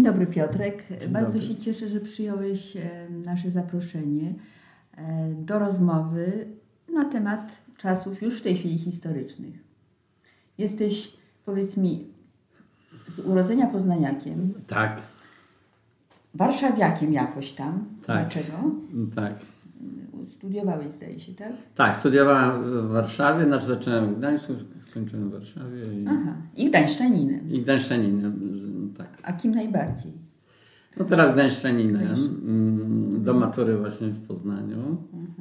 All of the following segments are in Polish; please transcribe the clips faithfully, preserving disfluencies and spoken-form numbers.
dobry, Piotrek. Dzień Bardzo dobry. się cieszę, że przyjąłeś nasze zaproszenie do rozmowy na temat czasów już w tej chwili historycznych. Jesteś, powiedz mi, z urodzenia poznaniakiem. Tak. Warszawiakiem jakoś tam. Tak. Dlaczego? Tak. Studiowałeś, zdaje się, tak? Tak, studiowałem w Warszawie, znaczy zacząłem w Gdańsku, skończyłem w Warszawie. I, Aha. I gdańszczaninem. I gdańszczaninem, z- tak. A kim najbardziej? No teraz gdańszczaninem, mm, do matury właśnie w Poznaniu.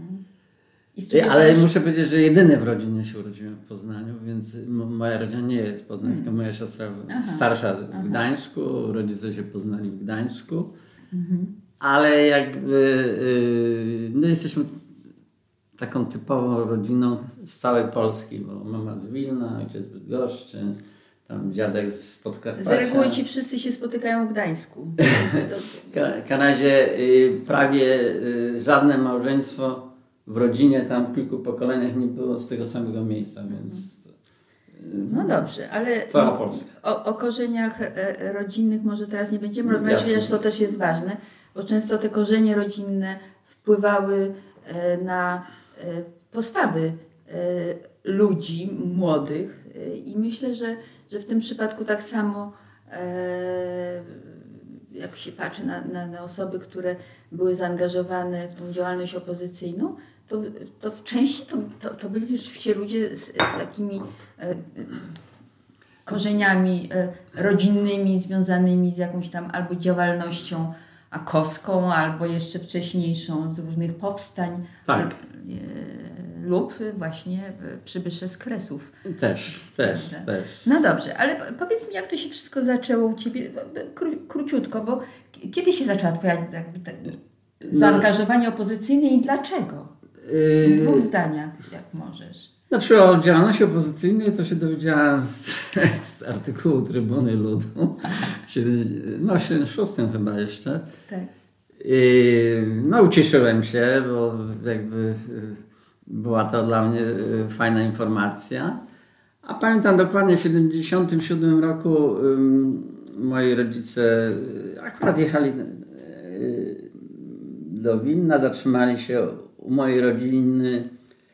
I I, studiowałeś- ale muszę powiedzieć, że jedyny w rodzinie się urodziłem w Poznaniu, więc m- moja rodzina nie jest poznańska. Hmm. Moja siostra Aha. starsza w Aha. Gdańsku, rodzice się poznali w Gdańsku. Mhm. Ale jakby yy, no jesteśmy taką typową rodziną z całej Polski, bo mama z Wilna, ojciec z Bydgoszczy, tam dziadek z Podkarpacia. Z reguły ci wszyscy się spotykają w Gdańsku. W ka- w razie yy, prawie yy, żadne małżeństwo w rodzinie tam w kilku pokoleniach nie było z tego samego miejsca, więc... Yy, No dobrze, ale Cała Polska. o, o korzeniach e, rodzinnych może teraz nie będziemy rozmawiać, Jasne. chociaż to też jest ważne, bo często te korzenie rodzinne wpływały e, na e, postawy e, ludzi młodych e, i myślę, że, że w tym przypadku tak samo e, jak się patrzy na, na, na osoby, które były zaangażowane w tą działalność opozycyjną, to, to w części to, to, to byli rzeczywiście ludzie z, z takimi e, korzeniami e, rodzinnymi związanymi z jakąś tam albo działalnością akowską, albo jeszcze wcześniejszą z różnych powstań, Tak. e, lub właśnie e, przybysze z Kresów. Też, też, Prawda? też. No dobrze, ale po- powiedz mi, jak to się wszystko zaczęło u Ciebie, kró- króciutko, bo k- kiedy się zaczęła Twoja jakby, tak, zaangażowanie opozycyjne i dlaczego? W Yy, dwóch zdaniach, jak możesz. Znaczy o działalności opozycyjnej to się dowiedziałem z, z artykułu Trybuny Ludu, siedem- no siedemdziesiątym szóstym chyba jeszcze. Tak. I, no ucieszyłem się, bo jakby y, była to dla mnie y, fajna informacja. A pamiętam dokładnie w siedemdziesiątym siódmym roku y, moi rodzice y, akurat jechali y, do Wilna, zatrzymali się u mojej rodziny,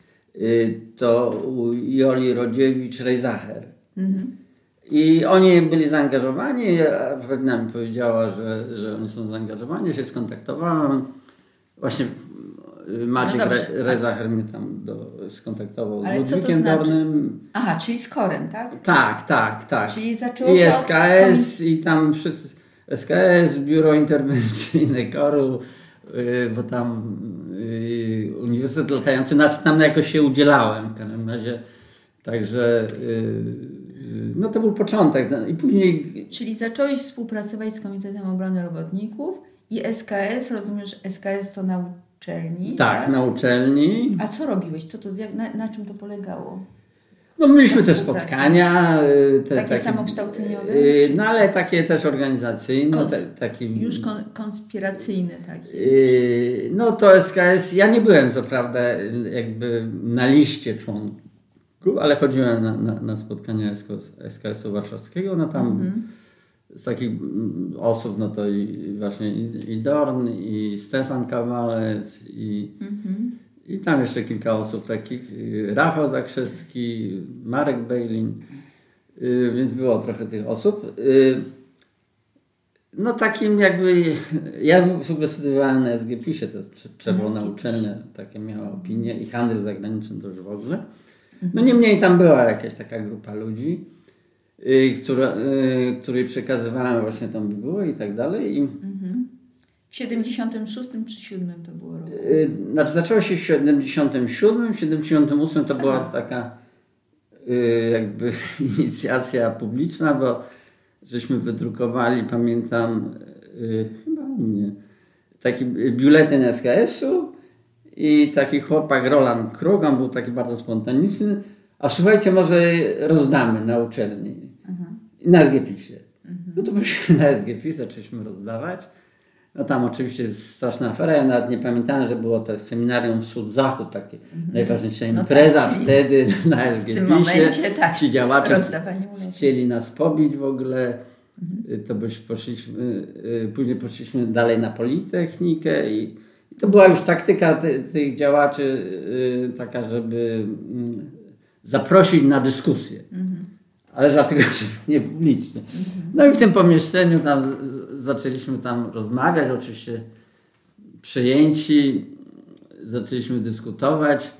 y, to u Joli Rodziewicz-Rejzacher. Mhm. I oni byli zaangażowani, a rodzina mi powiedziała, że, że oni są zaangażowani, ja się skontaktowałem. Właśnie y, Maciek No dobrze. Re- Rezacher mnie tam do, skontaktował Ale z co to Ludwikiem znaczy? Dornym. Aha, czyli z Korem, tak? Tak, tak, tak. Czyli zaczęło I się S K S i tam wszyscy, S K S, Biuro Interwencyjne Koru, y, bo tam y, Uniwersytet Latający, znaczy tam jakoś się udzielałem w każdym razie. Także y, y, no to był początek. No, i później Czyli zacząłeś współpracować z Komitetem Obrony Robotników i S K S, rozumiesz, S K S to na uczelni, tak, na uczelni. A co robiłeś? Co to, jak, na, na czym to polegało? No mieliśmy te Współpraca. spotkania. y, Te, Takie samokształceniowe? y, No ale takie też organizacyjne. Kons- te, takie, Już kon, konspiracyjne takie. Yy, No to S K S, ja nie byłem co prawda jakby na liście członków, ale chodziłem na, na, na spotkania S K S-u warszawskiego, no tam Mhm. z takich mm, osób, no to i właśnie i, i Dorn, i Stefan Kawalec, i, Mhm. i tam jeszcze kilka osób takich, yy, Rafał Zakrzewski, Marek Bejlin, yy, więc było trochę tych osób. Yy, No takim jakby, ja w ogóle studiowałem na S G P I S-ie, to jest cz- czerwona Na S G P I S-ie. uczelnia, takie miała opinie i handel zagraniczny to już w ogóle. No niemniej tam była jakaś taka grupa ludzi, y, która, y, której przekazywałem właśnie tam było i tak dalej. I, Mhm. W siedemdziesiątym szóstym czy siódmym to było roku? y, znaczy zaczęło się w siedemdziesiątym siódmym, w siedemdziesiątym ósmym to była Aha. taka y, jakby inicjacja publiczna, bo żeśmy wydrukowali, pamiętam, y, chyba u mnie, taki biuletyn S K S-u i taki chłopak Roland Krug, on był taki bardzo spontaniczny, a słuchajcie, może rozdamy na uczelni, Aha. na S G P I S-ie. No to poszliśmy na S G P I S, zaczęliśmy rozdawać. No tam oczywiście jest straszna afera, ja nawet nie pamiętałem, że było to seminarium Wschód-Zachód, takie Mhm. najważniejsza No impreza tak, czyli wtedy na S w G tym P I S-ie. momencie tak, Ci działacze rozdawanie ulewy. chcieli nas pobić w ogóle. Mhm. To byś poszliśmy, później poszliśmy dalej na Politechnikę i, i to była już taktyka ty, tych działaczy taka, żeby zaprosić na dyskusję. Mhm. Ale dlatego, że nie publicznie. Mhm. No i w tym pomieszczeniu tam z, z, zaczęliśmy tam rozmawiać, oczywiście przejęci, zaczęliśmy dyskutować.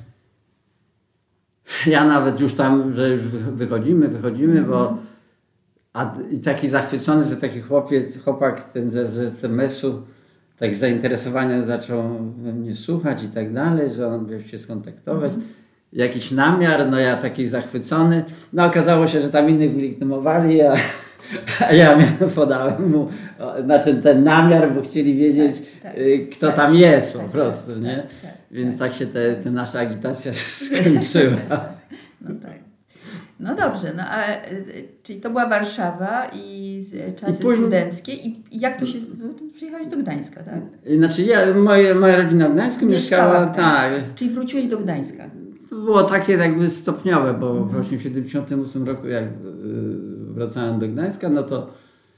Ja nawet już tam, że już wychodzimy, wychodzimy, mm-hmm. bo a, i taki zachwycony, że taki chłopiec, chłopak ten z, z em esu tak z zainteresowaniem zaczął mnie słuchać i tak dalej, że on miał się skontaktować. Mm-hmm. Jakiś namiar, no ja taki zachwycony. No okazało się, że tam innych wylegitymowali, a, a ja podałem mu znaczy ten namiar, bo chcieli wiedzieć, tak, tak, kto tak, tam jest tak, po prostu, tak, nie? Tak, tak, Więc tak, tak się te, te nasza agitacja skończyła. No tak. No dobrze, no a czyli to była Warszawa i czasy I później, studenckie i jak to się... Przyjechałeś do Gdańska, tak? Znaczy ja, moje, moja rodzina w Gdańsku mieszkała, tak. Czyli wróciłeś do Gdańska. To było takie jakby stopniowe, bo mhm. właśnie w siedemdziesiątym ósmym roku jak wracałem do Gdańska, no to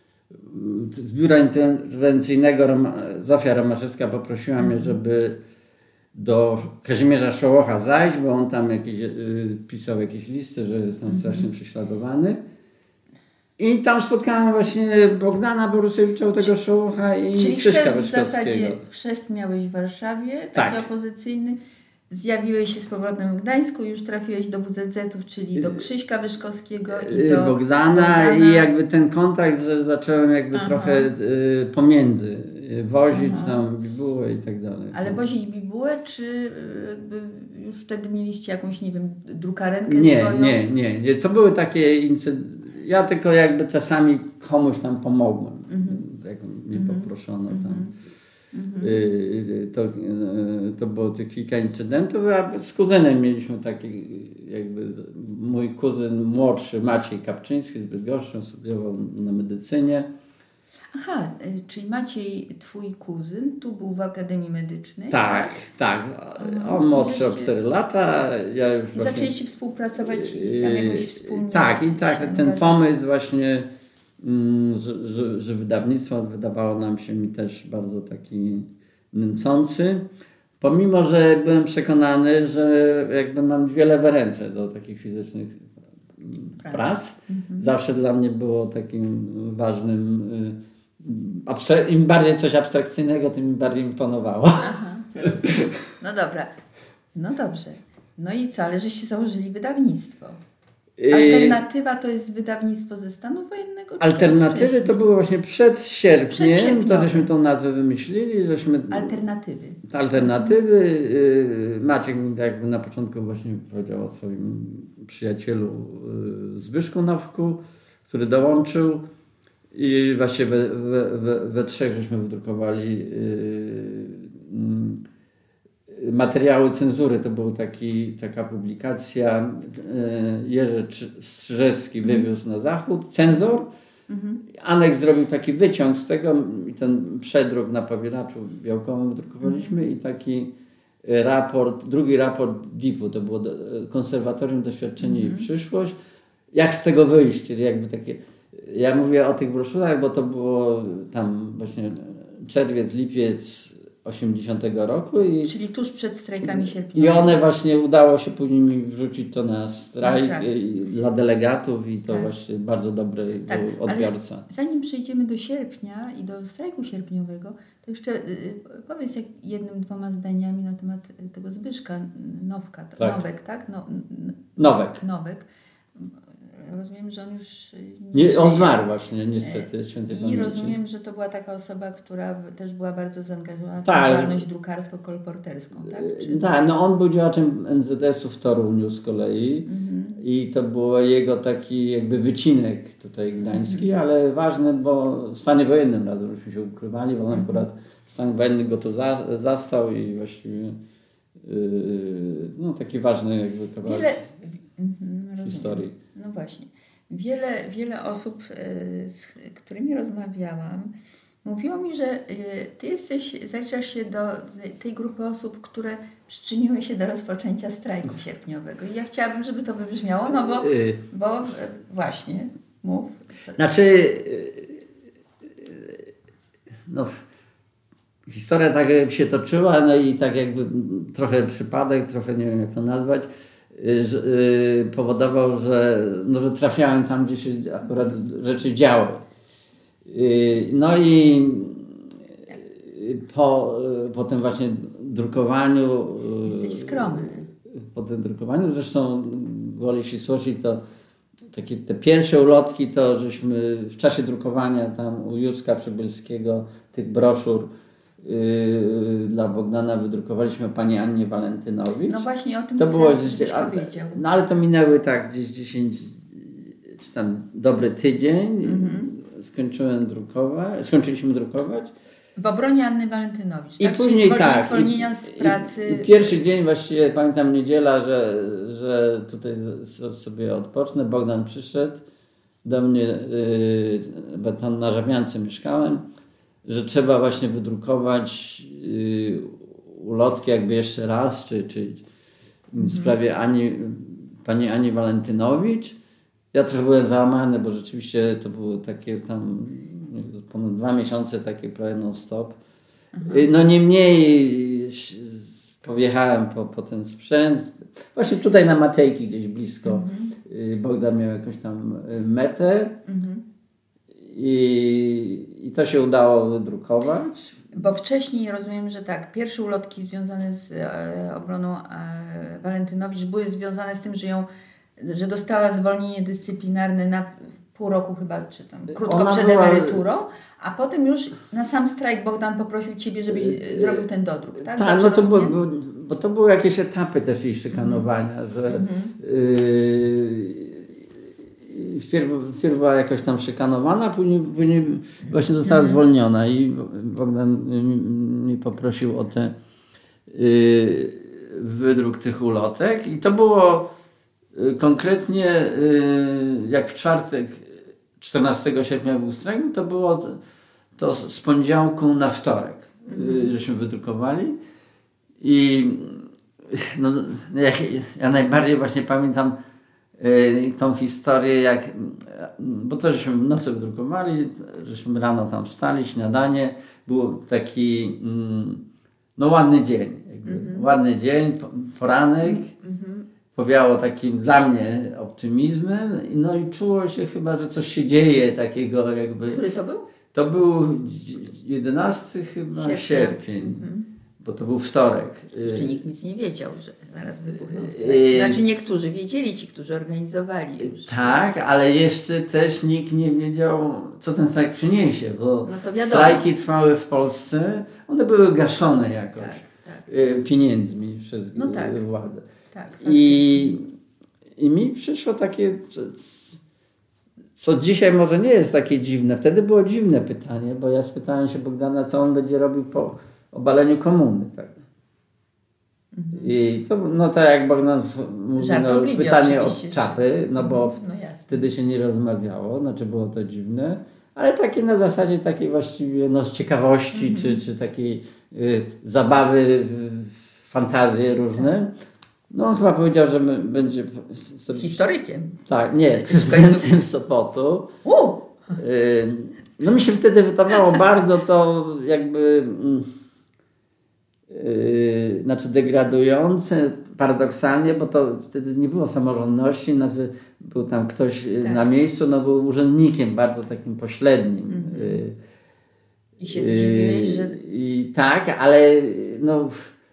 z biura interwencyjnego Roma, Zofia Romaszewska poprosiła mhm. mnie, żeby do Kazimierza Szołocha zajść, bo on tam jakieś, y, pisał jakieś listy, że jest tam mhm. strasznie prześladowany. I tam spotkałem właśnie Bogdana Borusewicza, tego Szołocha i Czyli Krzyśka w zasadzie chrzest miałeś w Warszawie, taki tak. opozycyjny. Zjawiłeś się z powrotem w Gdańsku, już trafiłeś do wu zet zetów, czyli do Krzyśka Wyszkowskiego i do Bogdana, Bogdana. I jakby ten kontakt, że zacząłem jakby Aha. trochę y, pomiędzy wozić Aha. tam bibułę i tak dalej. Ale wozić bibułę, czy jakby już wtedy mieliście jakąś, nie wiem, drukarenkę nie, swoją? Nie, nie, nie. To były takie incydenty. Ja tylko jakby czasami komuś tam pomogłem. Mm-hmm. Jak mnie mm-hmm. poproszono tam. Mm-hmm. Y, to, y, to było tych kilka incydentów, a z kuzynem mieliśmy taki jakby mój kuzyn młodszy, Maciej Kapczyński z Bydgoszczy, studiował na medycynie. Aha, czyli Maciej, twój kuzyn, tu był w Akademii Medycznej. Tak, tak. tak. On młodszy o cztery lata. Ja już I właśnie, zaczęliście współpracować i tam jakoś wspólnie. Tak, i tak. Ten angażować. Pomysł właśnie, że, że, że wydawnictwo wydawało nam się mi też bardzo taki nęcący. Pomimo, że byłem przekonany, że jakby mam dwie lewe ręce do takich fizycznych prac. prac. Mhm. Zawsze dla mnie było takim ważnym... Abstra- im bardziej coś abstrakcyjnego, tym mi bardziej imponowało. Aha, no dobra. No dobrze. No i co? Ale żeście założyli wydawnictwo. Alternatywa to jest wydawnictwo ze stanu wojennego? Alternatywy to było właśnie przed sierpniem. To żeśmy tą nazwę wymyślili. Żeśmy... Alternatywy. Alternatywy. Maciek mi jakby na początku właśnie powiedział o swoim przyjacielu Zbyszku Nowku, który dołączył. I właśnie we, we, we, we trzech żeśmy wydrukowali yy, yy, materiały cenzury. To była taki, taka publikacja. Yy, Jerzy Strzyżewski wywiózł na zachód. Cenzor. Mhm. Aneks zrobił taki wyciąg z tego i ten przedruk na powielaczu białkowym wydrukowaliśmy i taki raport, drugi raport D I P-u. To było Konserwatorium Doświadczenie mhm. i Przyszłość. Jak z tego wyjść? Czyli jakby takie... Ja mówię o tych broszurach, bo to było tam właśnie czerwiec, lipiec osiemdziesiątego roku. I, czyli tuż przed strajkami sierpniowymi. I one właśnie udało się później mi wrzucić to na strajk, na strajk. Dla delegatów i to tak. właśnie bardzo dobry tak, był odbiorca. Ale zanim przejdziemy do sierpnia i do strajku sierpniowego, to jeszcze y, powiedz jak jednym, dwoma zdaniami na temat tego Zbyszka Nowka, tak. Nowek, tak? No, n- Nowek. Nowek. Rozumiem, że on już nie, nie on zmarł właśnie, niestety, świętej pamięci. I rozumiem, że to była taka osoba, która też była bardzo zaangażowana w tak. działalność drukarsko-kolporterską, tak? Czy... Tak, no on był działaczem en zet esu w Toruniu z kolei mhm. i to był jego taki jakby wycinek tutaj gdański, mhm. ale ważny, bo w stanie wojennym razem żeśmy się ukrywali, bo on mhm. akurat stan wojenny go tu za, zastał i właściwie yy, no taki ważny jakby kawałek Wiele... mhm, historii. No właśnie. Wiele, wiele osób, z którymi rozmawiałam, mówiło mi, że ty jesteś, zaliczasz się do tej grupy osób, które przyczyniły się do rozpoczęcia strajku sierpniowego. I ja chciałabym, żeby to wybrzmiało, no bo, bo właśnie, mów. Znaczy, no, historia tak się toczyła, no i tak jakby trochę przypadek, trochę nie wiem jak to nazwać, że, yy, powodował, że, no, że trafiałem tam, gdzie się akurat rzeczy działy. Yy, no i po, po tym właśnie drukowaniu... Jesteś skromny. Po tym drukowaniu, zresztą gwoli ścisłości to takie te pierwsze ulotki to żeśmy w czasie drukowania tam u Józka Przybylskiego tych broszur yy, dla Bogdana wydrukowaliśmy pani Annie Walentynowicz. No właśnie o tym to było gdzieś powiedział. No ale to minęły tak gdzieś dziesięć, czy tam dobry tydzień. Mm-hmm. Skończyłem drukować, skończyliśmy drukować. W obronie Anny Walentynowicz. I tak? później Czyli tak. zwolnienia z pracy. I, i pierwszy dzień właściwie, pamiętam niedziela, że, że tutaj sobie odpocznę. Bogdan przyszedł do mnie, yy, bo tam na Żabiance mieszkałem, że trzeba właśnie wydrukować yy, ulotki jakby jeszcze raz, czy, czy w sprawie Ani, pani Ani Walentynowicz. Ja trochę byłem załamany, bo rzeczywiście to było takie tam ponad dwa miesiące takie prawie non stop. Mhm. No niemniej pojechałem po, po ten sprzęt. Właśnie tutaj na Matejki gdzieś blisko. Mhm. Bogdan miał jakąś tam metę. Mhm. I, I to się udało wydrukować. Bo wcześniej rozumiem, że tak, pierwsze ulotki związane z e, obroną e, Walentynowicz były związane z tym, że ją, że dostała zwolnienie dyscyplinarne na pół roku chyba, czy tam krótko Ona przed była... emeryturą, a potem już na sam strajk Bogdan poprosił Ciebie, żebyś yy, zrobił ten dodruk, tak? Tak, no to było, bo, bo to były jakieś etapy też jej szykanowania, mm. że mm-hmm. yy, wpierw, wpierw była jakoś tam szykanowana, później, później właśnie została mm-hmm. zwolniona i Bogdan mi poprosił o te yy, wydruk tych ulotek i to było konkretnie jak w czwartek czternastego sierpnia był strajk, to było to z poniedziałku na wtorek, mm. żeśmy wydrukowali i no, ja, ja najbardziej właśnie pamiętam y, tą historię, jak, bo to żeśmy w nocy wydrukowali, żeśmy rano tam wstali, śniadanie, był taki mm, no ładny dzień, jakby, mm-hmm. ładny dzień, poranek, mm-hmm. powiało takim dla mnie optymizmem, no i czuło się chyba, że coś się dzieje takiego jakby. Który to był? To był jedenasty chyba sierpień, sierpień mhm. bo to był wtorek. Jeszcze nikt nic nie wiedział, że zaraz wybuchną strajki. Znaczy niektórzy wiedzieli, ci, którzy organizowali już. Tak, ale jeszcze też nikt nie wiedział, co ten strajk przyniesie, bo no strajki trwały w Polsce, one były gaszone jakoś tak, tak. pieniędzmi przez no tak. władzę. Tak, I, I mi przyszło takie, co, co dzisiaj może nie jest takie dziwne. Wtedy było dziwne pytanie, bo ja spytałem się Bogdana, co on będzie robił po obaleniu komuny. Tak. Mhm. I to, no tak jak Bogdan mówi, no, pytanie od czapy, no bo no wtedy się nie rozmawiało, znaczy było to dziwne, ale takie na zasadzie takiej właściwie no, z ciekawości, mhm. czy, czy takiej y, zabawy, fantazje różne. No on chyba powiedział, że my, będzie... Sobie... Historykiem. Tak, nie, prezydentem Sopotu. Uh. Y, no mi się wtedy wydawało bardzo to jakby... Yy, znaczy degradujące, paradoksalnie, bo to wtedy nie było samorządności, znaczy był tam ktoś tak. na miejscu, no był urzędnikiem bardzo takim pośrednim. Mm-hmm. Yy, I się zdziwiłeś, że... I tak, ale no...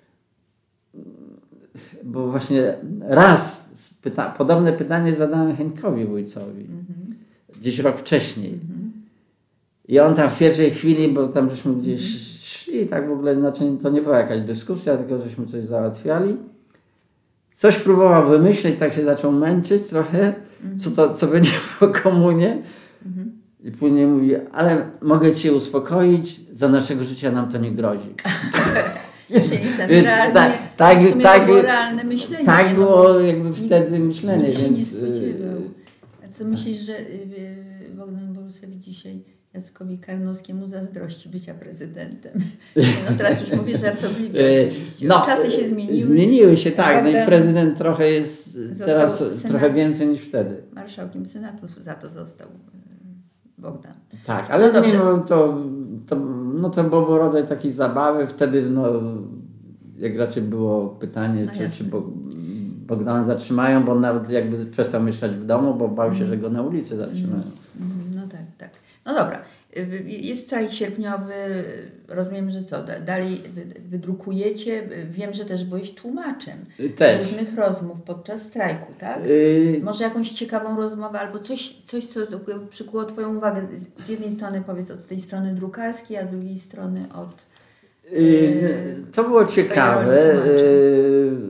Bo właśnie raz pyta- podobne pytanie zadałem Henkowi Wójcowi, mm-hmm. gdzieś rok wcześniej. Mm-hmm. I on tam w pierwszej chwili, bo tam żeśmy gdzieś mm-hmm. szli, tak w ogóle, znaczy to nie była jakaś dyskusja, tylko żeśmy coś załatwiali. Coś próbował wymyśleć, tak się zaczął męczyć trochę, mm-hmm. co, to, co będzie po komunie. Mm-hmm. I później mówi, ale mogę cię uspokoić, za naszego życia nam to nie grozi. Więc, Czyli ten więc realnie, tak, tak, w sumie tak, to było realne myślenie. Tak nie? było no, jakby wtedy myślenie. Nikt się więc, nie spodziewał. A co myślisz, że Bogdan Borusewicz dzisiaj Jackowi Karnowskiemu zazdrości bycia prezydentem? No teraz już mówię żartobliwie oczywiście. No, czasy się zmieniły. Zmieniły się, tak. No i prezydent trochę jest teraz Senat, trochę więcej niż wtedy. Marszałkiem Senatu za to został. Bogdan. Tak, ale no mimo to, to, no to był rodzaj takiej zabawy. Wtedy no, jak raczej było pytanie, no czy, czy Bogdana zatrzymają, bo on nawet jakby przestał mieszkać w domu, bo bał się, że go na ulicy zatrzymają. No tak, tak. No dobra. Jest strajk sierpniowy, rozumiem, że co, dalej wydrukujecie, wiem, że też byłeś tłumaczem też różnych rozmów podczas strajku, tak? Yy... Może jakąś ciekawą rozmowę albo coś, coś co przykuło Twoją uwagę, z, z jednej strony powiedz od tej strony drukarskiej, a z drugiej strony od... Yy, yy, to było ciekawe. Yy,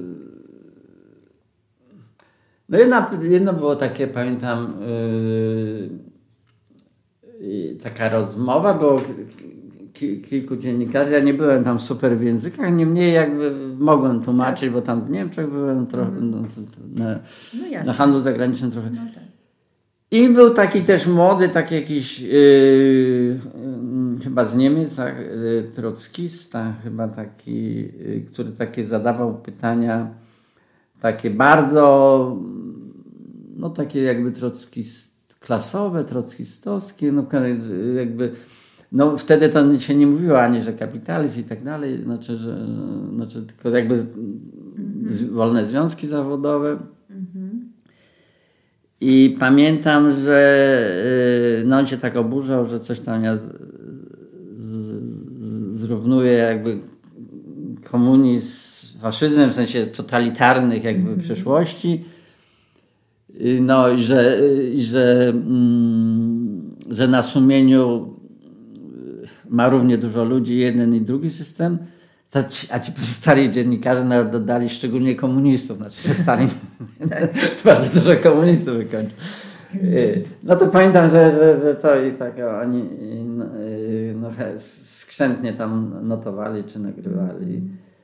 no jedno, jedno było takie, pamiętam... Yy, taka rozmowa, bo kilku dziennikarzy, ja nie byłem tam super w językach, niemniej jakby mogłem tłumaczyć, tak. Bo tam w Niemczech byłem trochę, mm. no, na, no na handlu zagranicznym trochę. No tak. I był taki też młody, taki jakiś yy, yy, chyba z Niemiec, tak, yy, trockista, chyba taki, yy, który takie zadawał pytania takie bardzo, no takie jakby trockiste, klasowe, trockistowskie, no jakby, no wtedy to się nie mówiło ani, że kapitalizm i tak dalej, znaczy, że, że znaczy tylko jakby mm-hmm. wolne związki zawodowe. Mm-hmm. I pamiętam, że no on się tak oburzał, że coś tam ja z, z, zrównuję jakby komunizm z faszyzmem, w sensie totalitarnych jakby mm-hmm. przeszłości. No i że, że, mm, że na sumieniu ma równie dużo ludzi jeden i drugi system, a ci pozostali dziennikarze nawet dodali szczególnie komunistów, znaczy że Stalin bardzo dużo komunistów wykończył. No to pamiętam, że, że, że to i tak oni no, no, skrzętnie tam notowali czy nagrywali.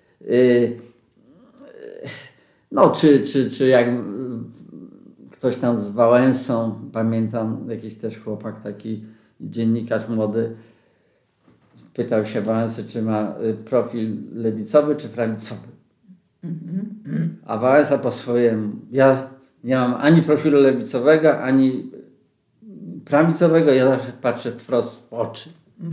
No czy, czy, czy jak ktoś tam z Wałęsą, pamiętam, jakiś też chłopak, taki dziennikarz młody, pytał się Wałęsy, czy ma profil lewicowy, czy prawicowy. Mm-hmm. A Wałęsa po swojemu, ja nie mam ani profilu lewicowego, ani prawicowego, ja zawsze patrzę wprost w oczy.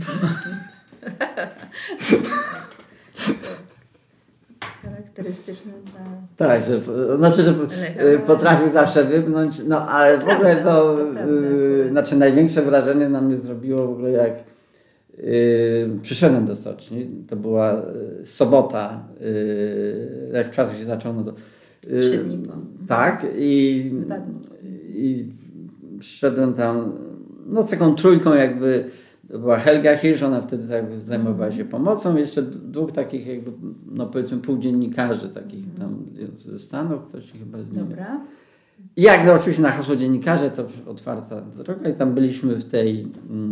Charakterystyczne dla... Tak, że, znaczy, że potrafił zawsze wypnąć, no ale w ogóle to, to yy, znaczy największe wrażenie na mnie zrobiło w ogóle jak yy, przyszedłem do stoczni, to była yy, sobota, yy, jak czas się zaczął, no to... Yy, Trzy dni po. Tak i, i przyszedłem tam, no z taką trójką jakby. To była Helga Hirsch, ona wtedy tak zajmowała się pomocą. Jeszcze dwóch takich jakby, no powiedzmy półdziennikarzy takich tam ze Stanów, ktoś chyba z nimi. Dobra. I jak no, oczywiście na hasło dziennikarze to otwarta droga i tam byliśmy w tej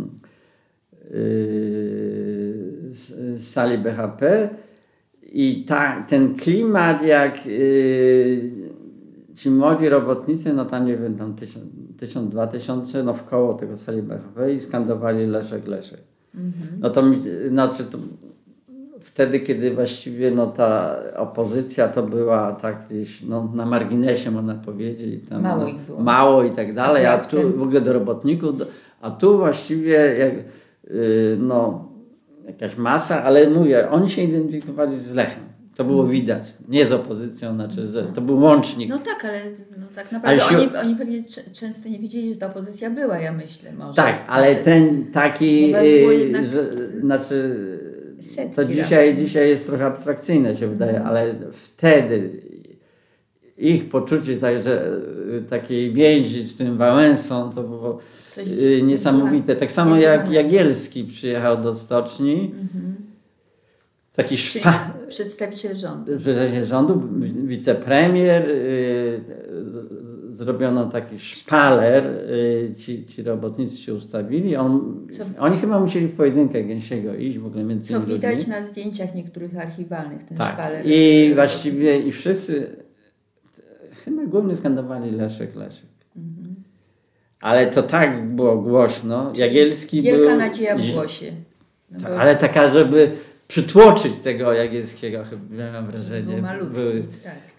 yy, sali B H P i ta, ten klimat jak yy, ci młodzi robotnicy, no tam nie wiem, tam tysiąc, tysiąc, dwa tysiące, no w koło tego sali B H P i skandowali Leszek, Leszek. Mm-hmm. No to, znaczy to wtedy, kiedy właściwie no ta opozycja to była tak gdzieś no, na marginesie, można powiedzieć. Tam, mało ich było. Mało i tak dalej, a, a tu ten... w ogóle do robotników, do, a tu właściwie jak, yy, no jakaś masa, ale mówię, oni się identyfikowali z Lechem. To było widać, nie z opozycją, znaczy, że to był łącznik. No tak, ale no tak naprawdę ale oni, oni pewnie c- często nie wiedzieli, że ta opozycja była, ja myślę może. Tak, ale ten taki, jednak... że, znaczy, to dzisiaj, dzisiaj jest trochę abstrakcyjne się wydaje, mm. ale wtedy ich poczucie tak, że, takiej więzi z tym Wałęsą to było coś niesamowite. Tak samo jak Jagielski przyjechał do stoczni. Mm-hmm. Taki szpa... przedstawiciel rządu. Przedstawiciel rządu, wicepremier, yy, zrobiono taki szpaler, yy, ci, ci robotnicy się ustawili. On, oni chyba musieli w pojedynkę Gęsiego iść w ogóle między Co widać ludźmi. Na zdjęciach niektórych archiwalnych, ten tak. szpaler. I właściwie i wszyscy chyba głównie skandowali Leszek, Leszek. Mhm. Ale to tak było głośno. Czyli Jagielski wielka był... nadzieja w głosie. No tak, bo... Ale taka, żeby przytłoczyć tego Jagielskiego, chyba miałem wrażenie. Był malutki, były, tak.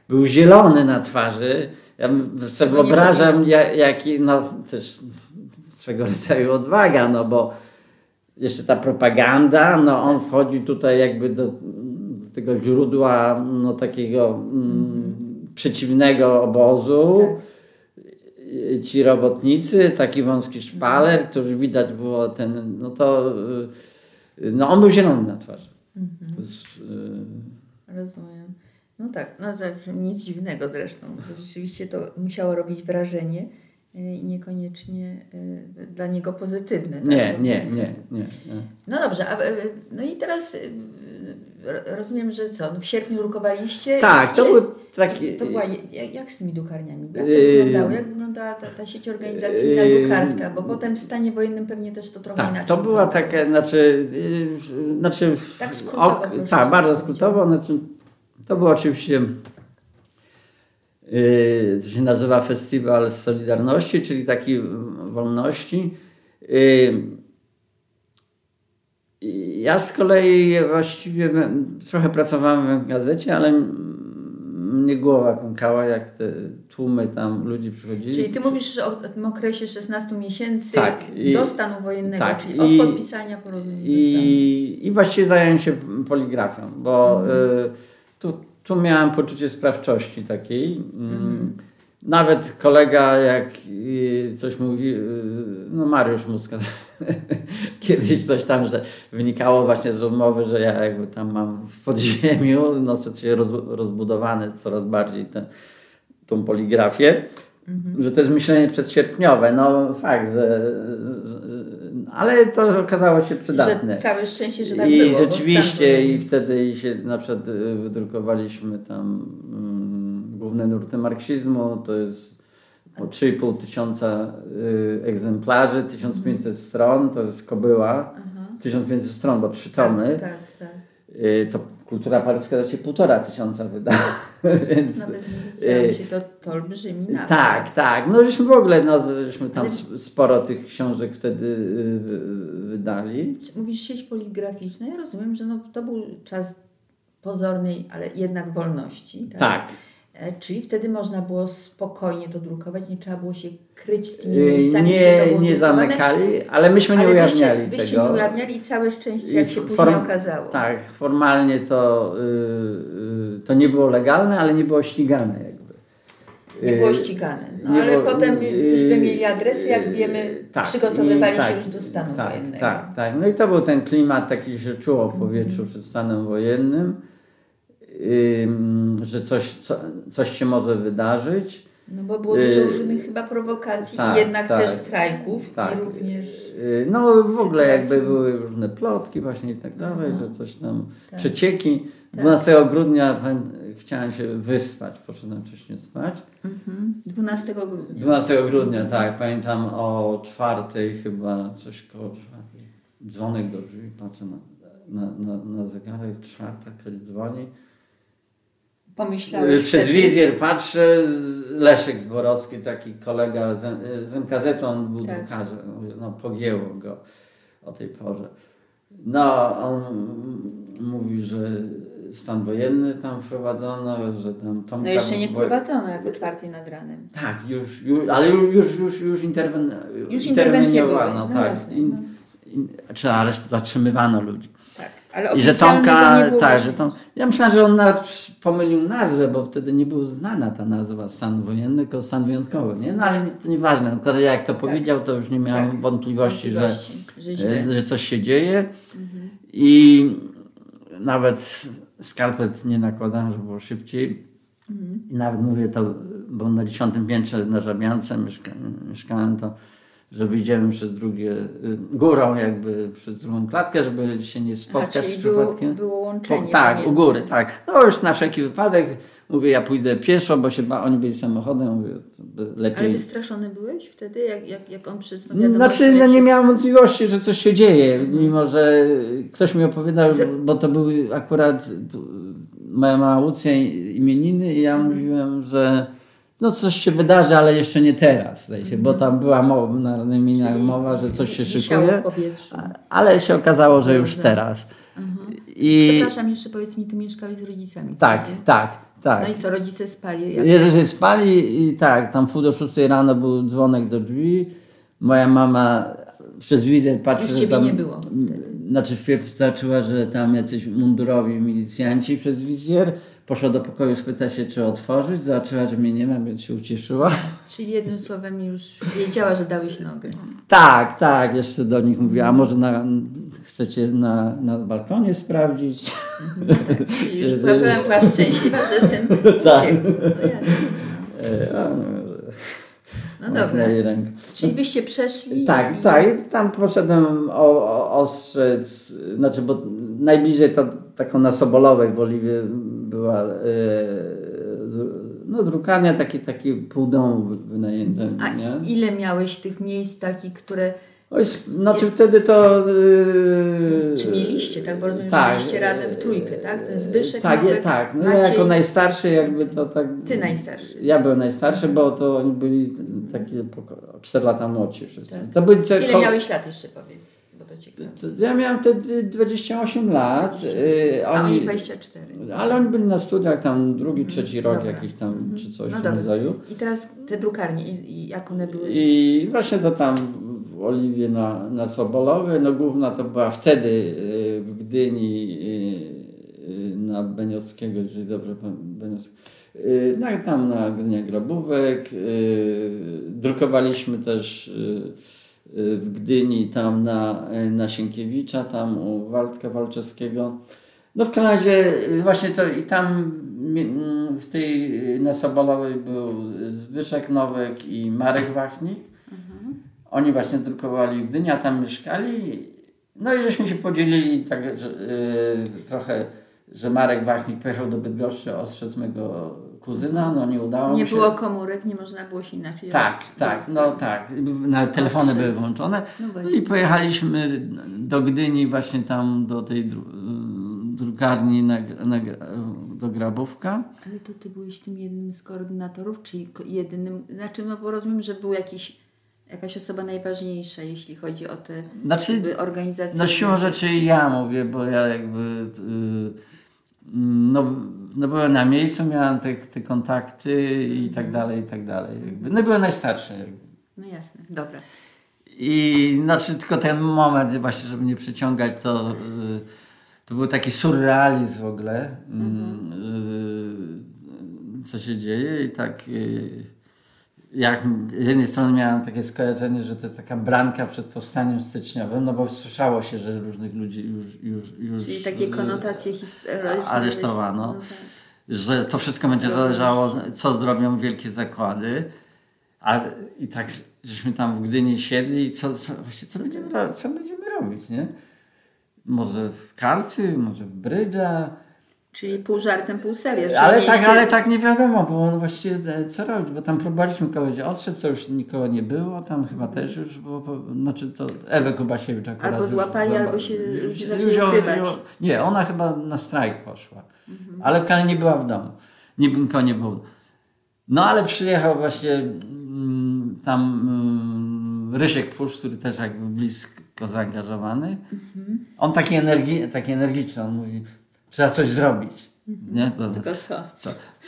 był zielony na twarzy. Ja sobie wyobrażam, jaki, no też swego rodzaju odwaga, no bo jeszcze ta propaganda, no on wchodzi tutaj jakby do, do tego źródła no takiego mm, przeciwnego obozu. Tak. Ci robotnicy, taki wąski szpaler, którzy widać było ten, no to no on był zielony na twarzy. Mhm. Z, y... Rozumiem. No tak, no to nic dziwnego zresztą. Rzeczywiście to musiało robić wrażenie i niekoniecznie dla niego pozytywne. Tak? Nie, nie, nie, nie, nie. No dobrze, a, no i teraz rozumiem, że co, no w sierpniu drukowaliście? Tak, to ile, był taki... To była, jak, jak z tymi drukarniami? Jak to wyglądało? Jak wyglądała ta, ta sieć organizacyjna drukarska? Bo potem w stanie wojennym pewnie też to trochę tak, inaczej. To była taka, znaczy... znaczy tak skrótowo. ok, tak, bardzo skrótowo. Znaczy, to było oczywiście... co się nazywa Festiwal Solidarności, czyli takiej wolności. Ja z kolei właściwie trochę pracowałem w gazecie, ale mnie głowa pękała, jak te tłumy tam ludzi przychodzili. Czyli ty mówisz, że o tym okresie szesnastu miesięcy tak, i, do stanu wojennego, tak, czyli i, od podpisania porozumienia i, do stanu. I właściwie zająłem się poligrafią, bo mhm. y, tu, tu miałem poczucie sprawczości takiej. Mhm. Nawet kolega, jak coś mówi, no Mariusz Muska, kiedyś coś tam, że wynikało właśnie z rozmowy, że ja jakby tam mam w podziemiu, no to się roz, rozbudowane coraz bardziej tę tą poligrafię, mhm. że to jest myślenie przedsierpniowe, no fakt, że, że ale to okazało się przydatne. Że całe szczęście, że tak I było. rzeczywiście i wtedy się na przykład wydrukowaliśmy tam główne nurty marksizmu, to jest o trzy i pół tysiąca y, egzemplarzy, tysiąc pięćset mhm. stron, to jest Kobyła, Aha. tysiąc pięćset stron, bo trzy tomy. Tak, tak, tak. Y, to Kultura Paryska się półtora tysiąca wydała. Więc, nawet nie wiedziałam się, to, to olbrzymi napad. Tak, tak. No żeśmy w ogóle, no żeśmy tam Ale... sporo tych książek wtedy y, wydali. Mówisz sieć poligraficzna, ja rozumiem, że no, to był czas pozornej, ale jednak wolności. Tak. tak. Czyli wtedy można było spokojnie to drukować, nie trzeba było się kryć z tymi miejscami, nie, gdzie to było nie drukowane. zamykali, ale myśmy nie ale ujawniali wyście, tego. Wyście nie ujawniali i całe szczęście, jak się później form, okazało. Tak, formalnie to, yy, to nie było legalne, ale nie było ścigane jakby. Nie było ścigane, no ale było, potem już by mieli adresy, jak wiemy, tak, przygotowywali się tak, już do stanu tak, wojennego. Tak, tak. No i to był ten klimat, taki się czuło w powietrzu mm. przed stanem wojennym. Że coś, co, coś się może wydarzyć. No bo było dużo różnych chyba prowokacji tak, i jednak tak, też strajków tak. i również no w ogóle jakby były różne plotki właśnie i tak dalej, Aha. że coś tam, tak. przecieki. dwunastego grudnia chciałem się wyspać, poszedłem wcześniej spać. Mhm. dwunastego grudnia. dwunastego grudnia, tak. Pamiętam o czwartej chyba, coś koło czwartej. Dzwonek do drzwi, patrzę na, na, na, na zegarek, czwarta, ktoś dzwoni. Pomyślałeś Przez wtedy... wizjer patrzę, Leszek Zborowski, taki kolega z, z em ka zetu, on był tak. drukarzem, no pogięło go o tej porze. No, on mówi, że stan wojenny tam wprowadzono, że tam... Tomka no jeszcze nie wprowadzono, jak o czwartej nad ranem. Tak, już, już ale już, już, już, interwen... już interweniowano. No, tak. Jasne, in, in, czy ale zatrzymywano ludzi. Ale I że Tomka, nie było tak, że Tom, ja myślałem, że on nawet pomylił nazwę, bo wtedy nie była znana ta nazwa stan wojenny, tylko stan wyjątkowy, nie? No ale to nieważne, no, jak to tak. powiedział, to już nie miałem tak. wątpliwości, wątpliwości, że, że, że coś się dzieje mhm. i nawet skarpet nie nakładałem, żeby było szybciej. Mhm. I nawet mówię to, bo na dziesiątym piętrze na Żabiance mieszka, mieszkałem, to że wyjdziemy przez drugie, górą jakby przez drugą klatkę, żeby się nie spotkać z przypadkiem. Było, było łączenie. Po, tak, u góry, tak. No już na wszelki wypadek mówię, ja pójdę pieszo, bo się ba, oni byli samochodem, mówię, lepiej. Ale wystraszony byłeś wtedy, jak, jak, jak on przyznał wiadomość? Znaczy, no nie miałem wątpliwości, że coś się dzieje, mimo że ktoś mi opowiadał, Co? bo to były akurat moja mała Łucja imieniny i ja mhm. mówiłem, że no coś się wydarzy, ale jeszcze nie teraz, zdaje się, mm. bo tam była mowa, na Ranyminach mowa, że coś się szykuje, ale się okazało, że już teraz. Mhm. I... Przepraszam, jeszcze powiedz mi, ty mieszkałeś z rodzicami. Tak, wtedy? tak, tak. No i co, rodzice spali? Jak... Jeżeli spali i tak, tam wpół do szóstej rano był dzwonek do drzwi. Moja mama przez wizję patrzy, Już że ciebie tam... nie było wtedy. Znaczy wpierw zobaczyła, że tam jacyś mundurowi milicjanci przez wizjer. Poszła do pokoju, spyta się, czy otworzyć. Zobaczyła, że mnie nie ma, więc się ucieszyła. Czyli jednym słowem już wiedziała, że dałeś nogę. Tak, tak. Jeszcze do nich mówiła, a może na, chcecie na, na balkonie sprawdzić? No tak, czyli już była, była szczęśliwa, że syn tak. uciekł. No jasne. E, No dobra. Ręk. Czyli byście przeszli... Tak, i... tak. Tam poszedłem o, o, ostrzec, znaczy, bo najbliżej to taką na Sobolowej w Oliwie była e, no, drukarnia, taki, taki pół domu wynajęte. A nie? ile miałeś tych miejsc takich, które... Oj, znaczy wtedy to... Yy, Czy mieliście, tak? Bo rozumiem, tak, że mieliście razem w trójkę, tak? Ten Zbyszek, tak, Nowek, je, tak. No Maciej. ja jako najstarszy jakby to tak... Ty najstarszy. Ja byłem najstarszy, bo to oni byli takie cztery lata młodsi wszyscy. Tak. To byli te, Ile miałeś lat jeszcze, powiedz, bo to ciekawe. Ja miałem wtedy dwadzieścia osiem lat. dwadzieścia osiem. Yy, A oni, oni dwadzieścia cztery. Ale oni byli na studiach tam drugi, trzeci rok Dobra. jakiś tam, Mhm. czy coś No w tym dobra. rodzaju. I teraz te drukarnie, i, i jak one były? I właśnie to tam w Oliwie na, na Sobolowej, no główna to była wtedy yy, w Gdyni yy, yy, na Beniowskiego, jeżeli dobrze pamiętam, Beniowskiego. Yy, no i tam na Gdynia Grobówek. Yy, drukowaliśmy też yy, yy, w Gdyni tam na, yy, na Sienkiewicza, tam u Waldka Walczewskiego. No w Kanadzie właśnie to i tam w tej na Sobolowej był Zbyszek Nowek i Marek Wachnik. Mhm. Oni właśnie drukowali w Gdyni, a tam mieszkali. No i żeśmy się podzielili tak, że, yy, trochę, że Marek Wachnik pojechał do Bydgoszczy ostrzec mego kuzyna, no nie udało nie mi się. Nie było komórek, nie można było się inaczej Tak, roz... tak, no tak. Nawet telefony ostrzec. były włączone. No, no i pojechaliśmy do Gdyni właśnie tam do tej dru drukarni na, na, do Grabówka. Ale to ty byłeś tym jednym z koordynatorów, czyli jedynym, znaczy no bo rozumiem, że był jakiś, jakaś osoba najważniejsza, jeśli chodzi o te znaczy, jakby organizacje. No siłą rzeczy ja mówię, bo ja jakby yy, no, no byłem na miejscu, miałem te, te kontakty i tak dalej, i tak dalej. Jakby. No byłem najstarszy. Jakby. No jasne, dobra. I znaczy tylko ten moment właśnie, żeby nie przyciągać, to yy, to był taki surrealizm w ogóle, mhm. yy, co się dzieje i tak yy, jak z jednej strony miałem takie skojarzenie, że to jest taka branka przed powstaniem styczniowym, no bo słyszało się, że różnych ludzi już, już, już czyli takie konotacje historyczne aresztowano, no tak. Że to wszystko będzie zależało, co zrobią wielkie zakłady. A, I tak żeśmy tam w Gdyni siedli i co, co, właśnie, co, będziemy, co będziemy robić, nie? Może w karty, może w brydża. Czyli pół żartem, pół serio. Czyli ale, tak, jeszcze... ale tak nie wiadomo było no właściwie co robić, bo tam próbowaliśmy kogoś ostrzec, co już nikogo nie było, tam chyba też już było, po, znaczy to Ewę Kubasiewicz akurat. Albo złapali, albo się ludzie zaczęli już, ukrywać. Już, nie, ona chyba na strajk poszła, mhm. ale wcale nie była w domu, nikogo nie było. No ale przyjechał właśnie mm, tam mm, Rysiek Pfusz, który też jakby blisko zaangażowany. Mhm. On taki, energi, taki energiczny, on mówi, trzeba coś zrobić. Mhm. Nie? To, tylko co? co?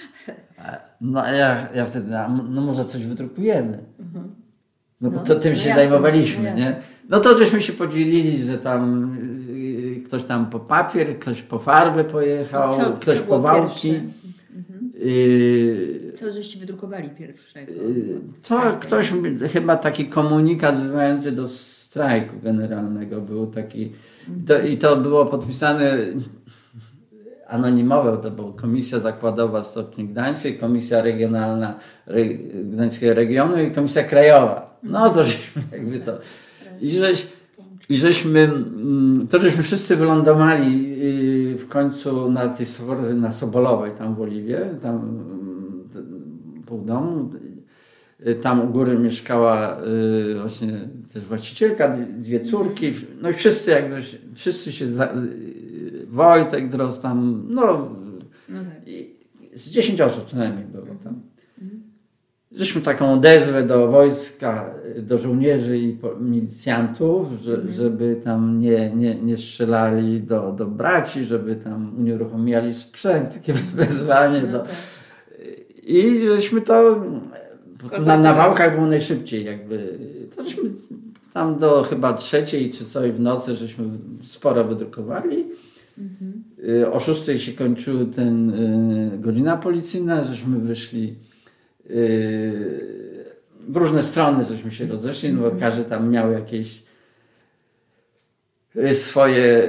No a ja, ja wtedy, no może coś wydrukujemy. Mhm. No bo no, to tym no się jasne, zajmowaliśmy, no nie? No to żeśmy się podzielili, że tam y, ktoś tam po papier, ktoś po farbę pojechał, co, ktoś po wałki. Mhm. Y, co żeście wydrukowali pierwszego? Y, to ktoś, chyba taki komunikat wzywający do strajku generalnego był taki. Mhm. To, I to było podpisane anonimowo, to była Komisja Zakładowa Stoczni Gdańskiej, Komisja Regionalna Re, Gdańskiego Regionu i Komisja Krajowa. No to żeśmy jakby to... I, żeś, i żeśmy, to żeśmy wszyscy wylądowali w końcu na tej na Sobolowej, tam w Oliwie, tam pół domu. Tam u góry mieszkała właśnie też właścicielka, dwie córki, no i wszyscy jakby, wszyscy się... Za, Wojtek Drozd tam, no, no tak. z dziesięć osób co najmniej było tam. żeśmy taką odezwę do wojska, do żołnierzy i milicjantów, że, mm. żeby tam nie, nie, nie strzelali do, do braci, żeby tam unieruchomiali sprzęt, takie wezwanie. No do... tak. I żeśmy to na, na Wałkach było najszybciej jakby. To żeśmy tam do chyba trzeciej czy coś w nocy żeśmy sporo wydrukowali. Mm-hmm. O szóstej się kończyła ten y, godzina policyjna, żeśmy wyszli w różne strony, żeśmy się rozeszli, no bo każdy tam miał jakieś swoje,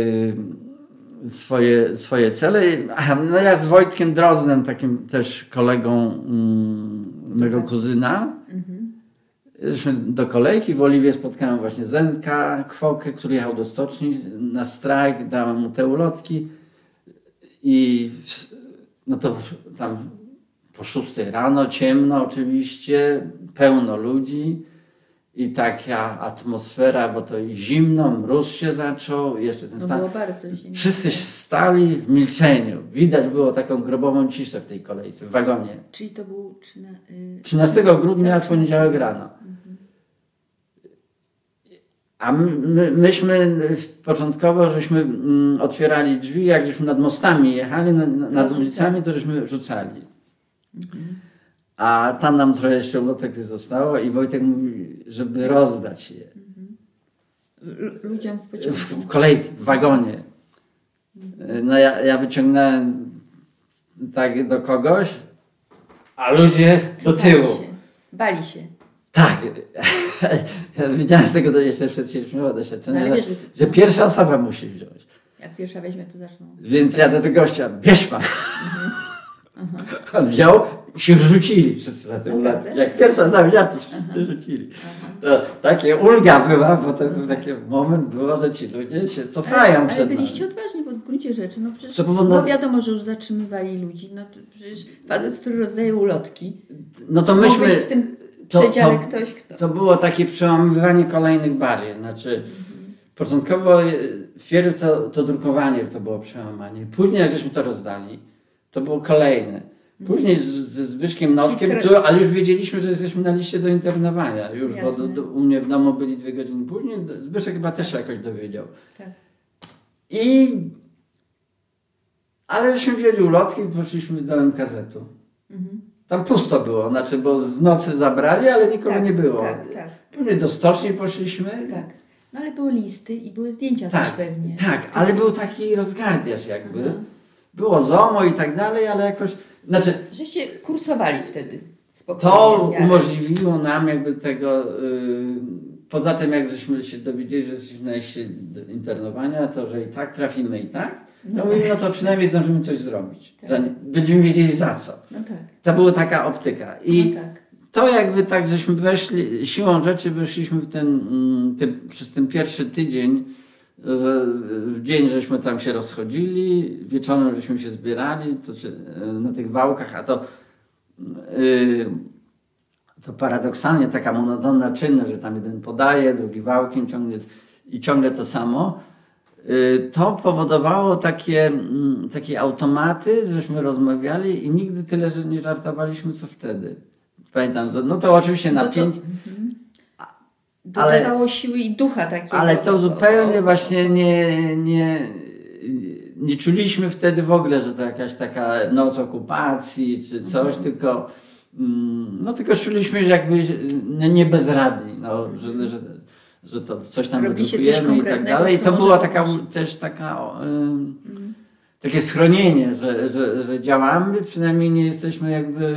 swoje, swoje cele. No ja z Wojtkiem Drozdem, takim też kolegą mego kuzyna, żeśmy do kolejki. W Oliwie spotkałem właśnie Zenka Kwokę, który jechał do stoczni na strajk, dałem mu te ulotki i no to tam po szóstej rano, ciemno oczywiście, pełno ludzi i taka atmosfera, bo to i zimno, mróz się zaczął, jeszcze ten no stan. Było bardzo zimno. Wszyscy stali w milczeniu. Widać było taką grobową ciszę w tej kolejce, w wagonie. Czyli to był trzyna, y, trzynastego grudnia w poniedziałek rano. Mhm. A my, myśmy początkowo, żeśmy mm, otwierali drzwi, jak żeśmy nad mostami jechali, nad, nad ulicami, to żeśmy rzucali. Mhm. A tam nam trochę jeszcze ulotek zostało i Wojtek mówi, żeby rozdać je. Mhm. Ludziom w pociągu. W, w kolejce, w wagonie. Mhm. No ja, ja wyciągnąłem tak do kogoś, a ludzie Co do tyłu. Bali się. Bali się. Tak. Ja widziałem z tego, to jeszcze przed chwilą doświadczenie, no, że, wiesz, że pierwsza osoba musi wziąć. Jak pierwsza weźmie, to zaczną. Więc ja do tego gościa, bierz pan. Mhm. Aha. On wziął i się rzucili wszyscy na tym lat. Jak pierwsza osoba wzięła, to wszyscy Aha. rzucili. Aha. To takie ulga była, bo to, to taki moment było, że ci ludzie się cofają ale, przed ale byliście nami. odważni, bo w gruncie rzeczy, no przecież, bo no wiadomo, że już zatrzymywali ludzi, no to przecież facet, który rozdaje ulotki. No to myśmy... w tym przedziale to, to, ktoś, kto... To było takie przełamywanie kolejnych barier. Znaczy, mhm. początkowo wpierw to, to drukowanie to było przełamanie. Później jak żeśmy to rozdali, to było kolejne. Później z, ze Zbyszkiem Nowkiem, Czyli... tu, ale już wiedzieliśmy, że jesteśmy na liście do internowania. Już, bo do, do, u mnie w domu byli dwie godziny później. Zbyszek chyba też się jakoś dowiedział. Tak. I... Ale żeśmy wzięli ulotki i poszliśmy do M K Z-u. Mhm. Tam pusto było, znaczy, bo w nocy zabrali, ale nikogo tak, nie było. Tak, tak. Później do stoczni poszliśmy. Tak. No ale były listy i były zdjęcia tak, też pewnie. Tak, ale był taki rozgardiaż jakby. Aha. Było ZOMO i tak dalej, ale jakoś... Znaczy, żeście kursowali wtedy spokojnie. To umożliwiło nam jakby tego... Yy, poza tym jak żeśmy się dowiedzieli, że jesteśmy na liście internowania, to że i tak trafimy i tak, to no, mówimy, no to przynajmniej zdążymy coś zrobić. Tak. Za, będziemy wiedzieli za co. No tak. To była taka optyka. I no tak. to jakby tak, żeśmy weszli, siłą rzeczy wyszliśmy w ten, ten, przez ten pierwszy tydzień, że w dzień żeśmy tam się rozchodzili, wieczorem żeśmy się zbierali to, na tych wałkach, a to, yy, to paradoksalnie taka monotonna czynność, że tam jeden podaje, drugi wałkiem ciągnie i ciągle to samo. Yy, to powodowało takie, yy, takie automaty, żeśmy rozmawiali i nigdy tyle, że nie żartowaliśmy co wtedy. Pamiętam, że no to oczywiście napięcie. Dodawało ale, siły i ducha takiego. Ale to zupełnie właśnie nie, nie, nie czuliśmy wtedy w ogóle, że to jakaś taka noc okupacji czy coś, mhm. tylko no tylko czuliśmy, że jakby nie bezradni, no, że, że, że to coś tam wydrukujemy i tak dalej. I to była taka też taka mhm. takie schronienie, że, że, że działamy, przynajmniej nie jesteśmy jakby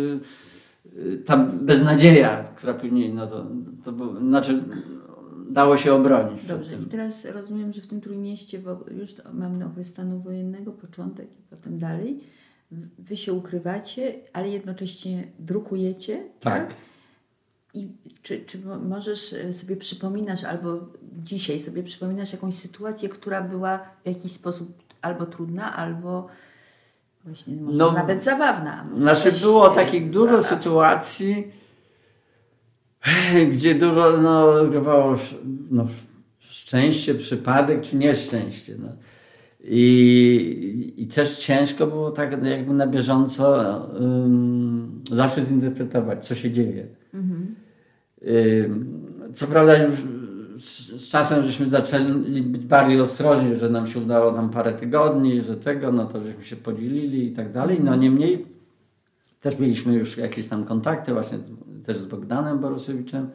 ta beznadzieja, która później, no to, to było, znaczy dało się obronić. Dobrze, i teraz rozumiem, że w tym Trójmieście już mamy okres stanu wojennego, początek i potem dalej. Wy się ukrywacie, ale jednocześnie drukujecie. Tak. tak? I czy, czy możesz sobie przypominasz, albo dzisiaj sobie przypominasz jakąś sytuację, która była w jakiś sposób albo trudna, albo właśnie może no, nawet zabawna. Znaczy było takich dużo zabawstwa. Sytuacji, gdzie dużo no, grywało no, szczęście, przypadek czy nieszczęście. No. I, i też ciężko było tak jakby na bieżąco um, zawsze zinterpretować, co się dzieje. Mhm. Um, co prawda już z, z czasem żeśmy zaczęli być bardziej ostrożni, że nam się udało tam parę tygodni, że tego, no to żeśmy się podzielili i tak dalej. No niemniej też mieliśmy już jakieś tam kontakty właśnie też z Bogdanem Borusewiczem.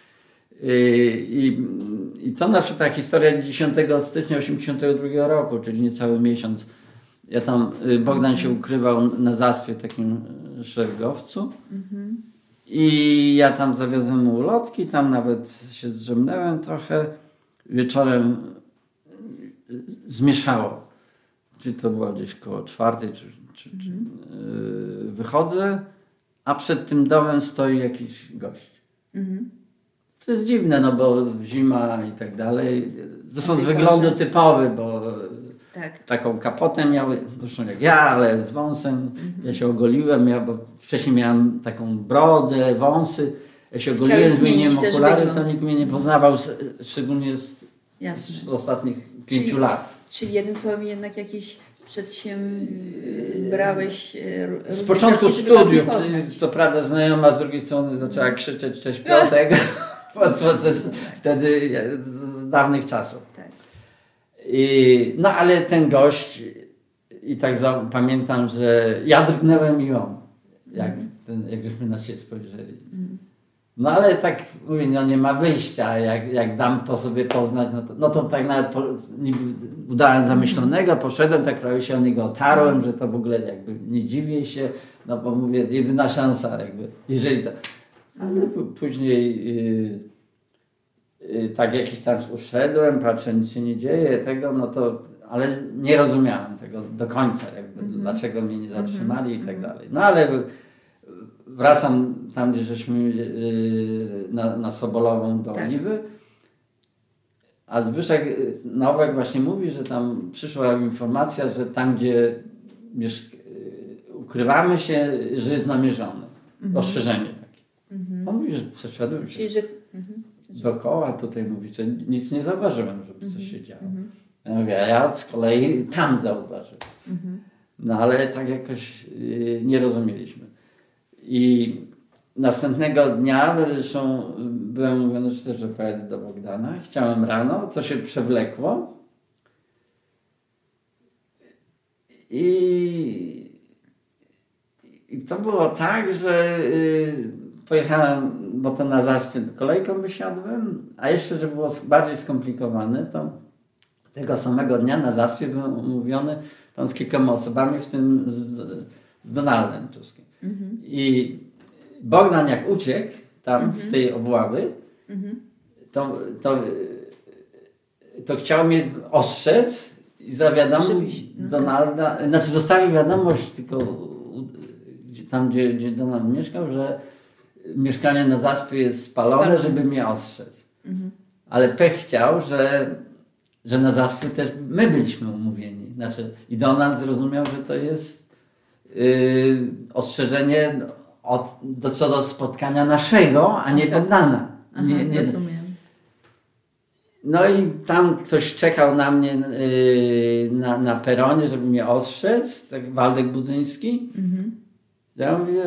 I, I to na przykład ta historia dziesiątego stycznia osiemdziesiątego drugiego roku, czyli niecały miesiąc. Ja tam, Bogdan się ukrywał na zaspie takim szeregowcu mhm. i ja tam zawiozłem mu ulotki, tam nawet się zdrzemnęłem trochę. Wieczorem zmieszało. Czy to było gdzieś koło czwartej, czy, czy, mhm. czy yy, wychodzę, a przed tym domem stoi jakiś gość. Mhm. To jest dziwne, no bo zima i tak dalej. Zresztą z wyglądu typowy, bo tak. Taką kapotę miały, zresztą jak ja, ale z wąsem. Mm-hmm. Ja się ogoliłem, ja, bo wcześniej miałem taką brodę, wąsy. Ja się ogoliłem, zmieniłem okulary, to nikt mnie nie poznawał, szczególnie z, z ostatnich pięciu czyli, lat. Czyli jednym słowem jednak jakieś przedsiem brałeś z początku studiów, co prawda znajoma z drugiej strony zaczęła krzyczeć cześć Piotrek. Wtedy z dawnych czasów. Tak. I, no ale ten gość i tak za, pamiętam, że ja drgnęłem i on, jak, ten, jak żeśmy na siebie spojrzeli. Mm. No ale tak mówię, no nie ma wyjścia, jak, jak dam po sobie poznać, no to, no to tak nawet po, nie, udałem zamyślonego, poszedłem, tak prawie się o niego otarłem, że to w ogóle jakby nie dziwię się, no bo mówię, jedyna szansa jakby, jeżeli to... Ale później yy, yy, tak jakiś tam uszedłem, patrzę, nic się nie dzieje, tego, no to, ale nie rozumiałem tego do końca, jakby, mm-hmm. dlaczego mnie nie zatrzymali mm-hmm. i tak dalej. No ale wracam tam, gdzie żeśmy yy, na, na Sobolową do Oliwy, a Zbyszek Nowak właśnie mówi, że tam przyszła informacja, że tam, gdzie mieszk- yy, ukrywamy się, że jest namierzone. Mm-hmm. Ostrzeżenie takie. Mm-hmm. On mówi, że przeszedłem się że... mm-hmm. dookoła, tutaj mówi, że nic nie zauważyłem, żeby mm-hmm. coś się działo. Mm-hmm. Ja mówię, a ja z kolei tam zauważyłem. Mm-hmm. No ale tak jakoś yy, nie rozumieliśmy. I następnego dnia, zresztą byłem mówiony, że też pojadę do Bogdana. Chciałem rano, to się przewlekło. I, i to było tak, że yy, pojechałem, bo to na Zaspie kolejką wysiadłem, a jeszcze, żeby było bardziej skomplikowane, to tego samego dnia na Zaspie byłem umówiony tam z kilkoma osobami, w tym z, z Donaldem Tuskiem. Mhm. I Bogdan jak uciekł tam mhm. z tej obławy, mhm. to, to, to chciał mnie ostrzec i zawiadomił no Donalda, tak. znaczy zostawił wiadomość tylko gdzie, tam, gdzie, gdzie Donald mieszkał, że mieszkanie na Zaspie jest spalone, spalone. żeby mnie ostrzec. Mhm. Ale pech chciał, że, że na Zaspie też my byliśmy umówieni. Znaczy, i Donald zrozumiał, że to jest yy, ostrzeżenie od, do, co do spotkania naszego, a nie okay. Bogdana. Aha, nie, nie, rozumiem. No i tam ktoś czekał na mnie yy, na, na peronie, żeby mnie ostrzec, tak Waldek Budzyński. Mhm. Ja mówię,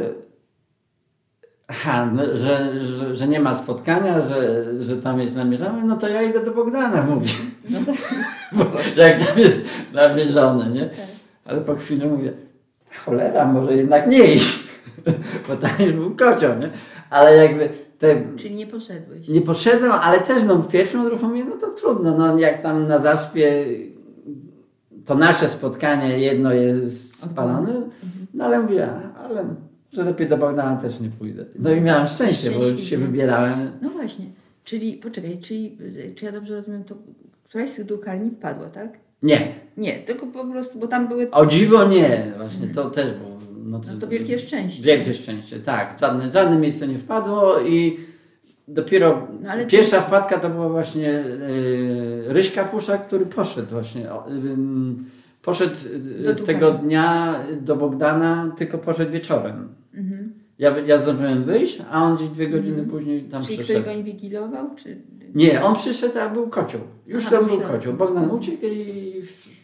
aha, no, że, że, że nie ma spotkania, że, że tam jest namierzone, no to ja idę do Bogdana, mówię. No tak. Bo jak tam jest namierzone, nie? Tak. Ale po chwili mówię, cholera, może jednak nie iść, bo tam już był kocioł, nie? Ale jakby... Te, Czyli nie poszedłeś? Nie poszedłem, ale też no, w pierwszym odruchu mówię, no to trudno, no jak tam na Zaspie to nasze spotkanie jedno jest spalone, mhm. no ale mówię, ale że lepiej do Bogdana też nie pójdę. No i miałem szczęście, bo już się wybierałem. No właśnie, czyli poczekaj, czyli, czy ja dobrze rozumiem, to któraś z tych drukarni wpadła, tak? Nie. Nie, tylko po prostu, bo tam były... O dziwo nie, właśnie to też było. No to, no to wielkie szczęście. Wielkie szczęście, tak. Żadne, żadne miejsce nie wpadło i dopiero no pierwsza ty... wpadka to była właśnie yy, Ryś Kapusza, który poszedł właśnie. Yy, poszedł yy, tego dnia do Bogdana, tylko poszedł wieczorem. Mhm. Ja, ja zdążyłem wyjść, a on gdzieś dwie godziny mhm. później tam Czyli przyszedł. Czyli ktoś go inwigilował? Czy... Nie, on przyszedł, a był kocioł. Już Aha, tam był kocioł. Bogdan uciekł i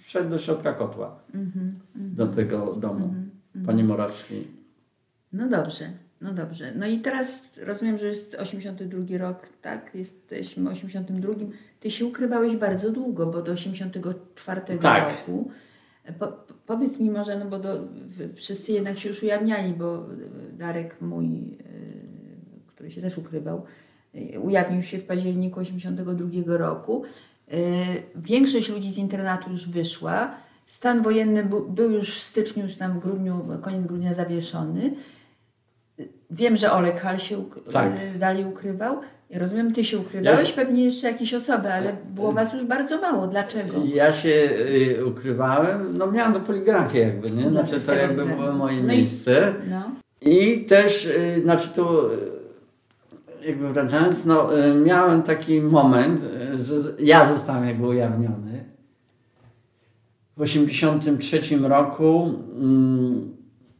wszedł do środka kotła, Mhm. do tego domu, Mhm. pani Morawskiej. No dobrze, no dobrze. No i teraz rozumiem, że jest osiemdziesiąty drugi rok, tak? Jesteśmy w osiemdziesiątym drugim. Ty się ukrywałeś bardzo długo, bo do osiemdziesiątego czwartego Tak. roku. Po, po, powiedz mi może, no bo do, w, wszyscy jednak się już ujawniali, bo Darek mój, y, który się też ukrywał, y, ujawnił się w październiku osiemdziesiątego drugiego roku. Y, większość ludzi z internatu już wyszła. Stan wojenny był, był już w styczniu, już tam w grudniu, koniec grudnia zawieszony. Wiem, że Oleg Hall się uk- Tak. dalej ukrywał. Ja rozumiem, ty się ukrywałeś, Ja- pewnie jeszcze jakieś osoby, ale było was już bardzo mało. Dlaczego? Ja się y, ukrywałem, no miałem do poligrafii jakby, nie? No, Znaczy z to tego jakby względu. było moje No i- miejsce. No. I też, y, znaczy tu y, jakby wracając, no y, miałem taki moment, y, że z- ja zostałem jakby ujawniony. W osiemdziesiątym trzecim roku mm,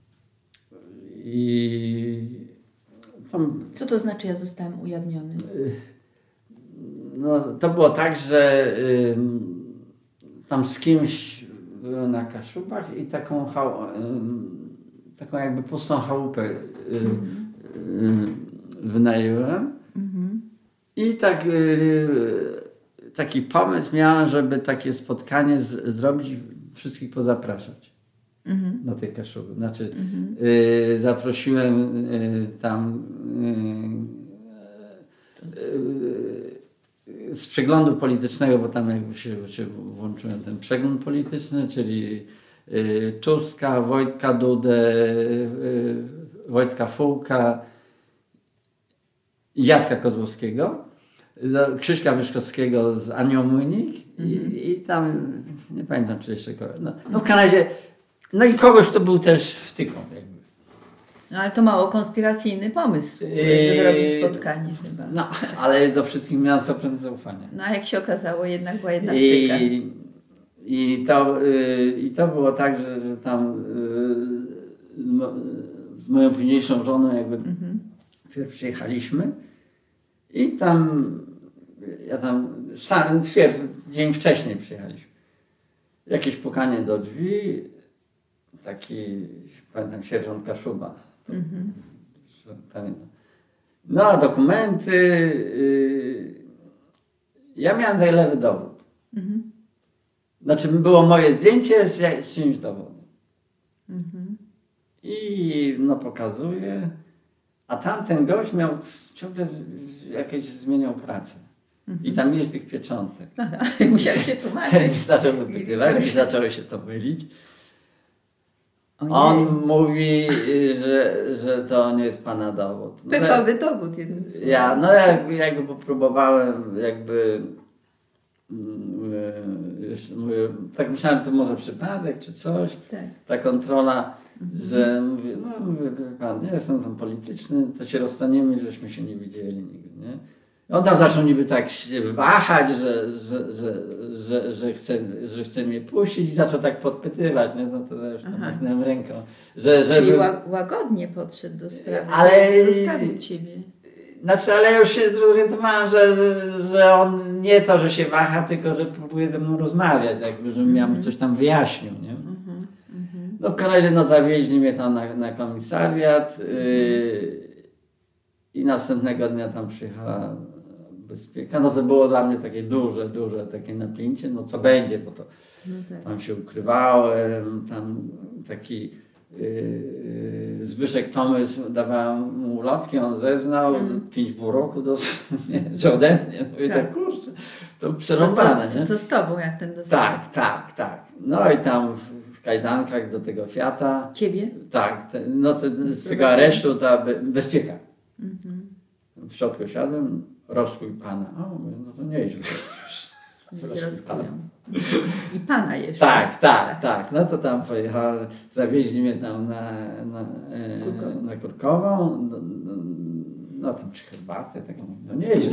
i tam, Co to znaczy, ja zostałem ujawniony? no, to było tak, że y, tam z kimś byłem na Kaszubach i taką, chał, y, taką jakby pustą chałupę y, y, wynajęłem. Mhm. I tak, y, taki pomysł miałem, żeby takie spotkanie z, zrobić, wszystkich pozapraszać Mhm. na tej Kaszuby. Znaczy Mhm. y, zaprosiłem y, tam y, y, z przeglądu politycznego, bo tam jakby się, się włączyłem ten przegląd polityczny, czyli y, Tuska, Wojtka Dudę, y, Wojtka Fułka, Jacka Kozłowskiego, do Krzyśka Wyszkowskiego z Anią Młynik Mhm. i, i tam, nie pamiętam czy jeszcze kogoś. No, no w każdym razie, no i kogoś, kto był też wtyką jakby. No ale to mało konspiracyjny pomysł, żeby Eee, robić spotkanie chyba. No, ale do wszystkich miałem sto procent zaufania. No a jak się okazało, jednak była jedna wtyka. I, i, to, y, I to było tak, że, że tam y, z mo- z moją późniejszą żoną jakby Mhm. pierw przyjechaliśmy i tam, ja tam sam, pierw, dzień wcześniej przyjechaliśmy. Jakieś pukanie do drzwi, taki, pamiętam, sierżant Kaszuba. To, Mhm. pamiętam. No, dokumenty. Yy, ja miałem tutaj lewy dowód. Mhm. Znaczy, było moje zdjęcie z, jak- z czymś dowodem. Mhm. I no pokazuję, a tamten gość miał ciągle jakieś zmieniał pracę. I tam jest tych pieczątek. Aha, musiałeś się Ten mi tłumaczyć. zaczął wypytywać i zaczęło się to mylić. Ojej. On mówi, że, że to nie jest pana dowód. No, Pechowy dowód jednym słowem. ja, no jak, jakby próbowałem jakby mm, jeszcze mówię, tak myślałem, że to może przypadek czy coś. Tak. Ta kontrola, że mówię, no mówię, wie pan, nie jestem tam polityczny, to się rozstaniemy, żeśmy się nie widzieli nigdy, nie? On tam zaczął niby tak się wahać, że, że, że, że, że, chce, że chce mnie puścić i zaczął tak podpytywać, nie? No to już tam Aha. machnąłem ręką. Że, Czyli żeby... ła- łagodnie podszedł do sprawy, Ale- ale zostawił ciebie. Znaczy, ale ja już się zorientowałem, że, że, że on nie to, że się waha, tylko że próbuje ze mną rozmawiać, jakby, żebym ja mu coś tam wyjaśnił, nie? Mhm. Mhm. No w każdym razie no, zawieźli mnie tam na, na komisariat yy, i następnego dnia tam przyjechała bezpieka. No to było dla mnie takie duże, duże takie napięcie, no co będzie, bo to No tak. tam się ukrywałem, tam taki yy, Zbyszek Tomys, dawałem mu ulotki, on zeznał, Mm. pięć pół roku do, nie, że ode mnie, no i Tak. tak kurczę, to To przerąbane, co, nie? to co z tobą, jak ten dostał? Tak, tak, tak. No i tam w, w kajdankach do tego Fiata. Ciebie? Tak, te, no to z tego aresztu ta be, bezpieka. Mhm. W środku siadłem, rozkuj pana. O, mówię, no to nieźle. Cię rozkują. I pana jeszcze. Tak, tak, tak. No to tam pojechałem, zawieźli mnie tam na, na, e, Kurkową. na Kurkową. No, no, no tam przy herbatę, tak mówię, no nieźle.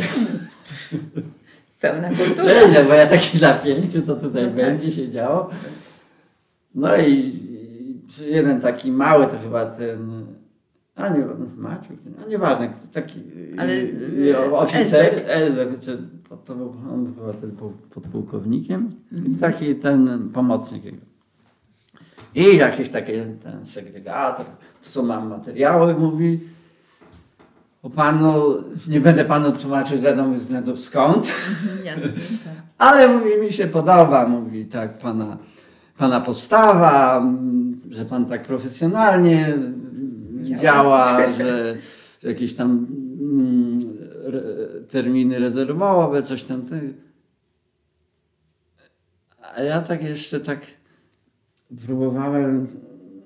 Pełna kultura. Nieźle, bo ja taki napięciu, co tutaj No tak. będzie się działo. No i, i jeden taki mały, to chyba ten A nie, Maciek, a nieważne, taki Ale, y, oficer, Ezbek. Ezbek, czy to był, on był chyba wtedy podpułkownikiem, i taki ten pomocnik jego. I jakiś taki ten segregator, to co mam materiały, mówi, o panu, nie będę panu tłumaczył z wiadomych względów skąd, Jasne, tak. ale mówi, mi się podoba, mówi tak pana, pana postawa, że pan tak profesjonalnie działa, działa że, że jakieś tam mm, re, terminy rezerwowe, coś tam. Tak. A ja tak jeszcze tak próbowałem.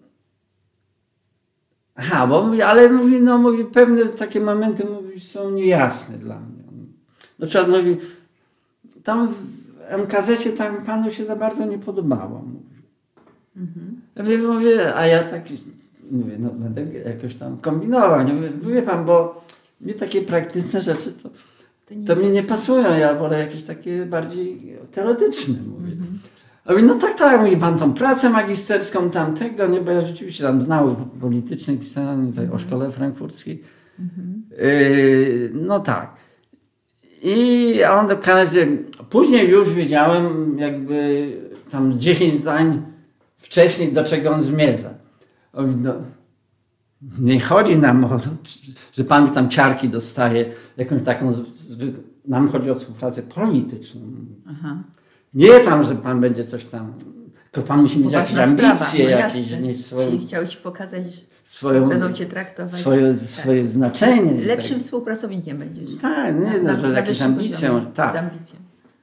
Aha, bo mówi, ale mówi, no mówi, pewne takie momenty mówi, są niejasne dla mnie. Na przykład mówi, tam w em ka zecie tam panu się za bardzo nie podobało. Mówi. Mhm. Ja mówię, mówię, a ja tak mówię, no będę jakoś tam kombinował. Nie? Mówię, wie pan, bo mi takie praktyczne rzeczy to, to, to mi nie pasują. Ja wolę jakieś takie bardziej teoretyczne, mówię. Mhm. A mówi, no tak, tak, mówi pan tą pracę magisterską tamtego, nie, bo ja rzeczywiście tam znał politycznych pisałem tutaj mhm. o szkole frankfurckiej. Mhm. Yy, no tak. I on w Kanadzie, później już wiedziałem jakby tam dziesięć zdań wcześniej, do czego on zmierza. On mówi, no, nie chodzi nam o to, że pan tam ciarki dostaje, jakąś taką, nam chodzi o współpracę polityczną. Aha. Nie tam, że pan będzie coś tam, tylko pan musi mieć jakieś ambicje, no jakieś, mieć swoją... Chciał ci pokazać, swoją, będą cię traktować. Swoje, tak. swoje znaczenie. Lepszym tak. współpracownikiem będziesz. Tak, nie, no, że jakieś ambicje. Tak. Z ambicją.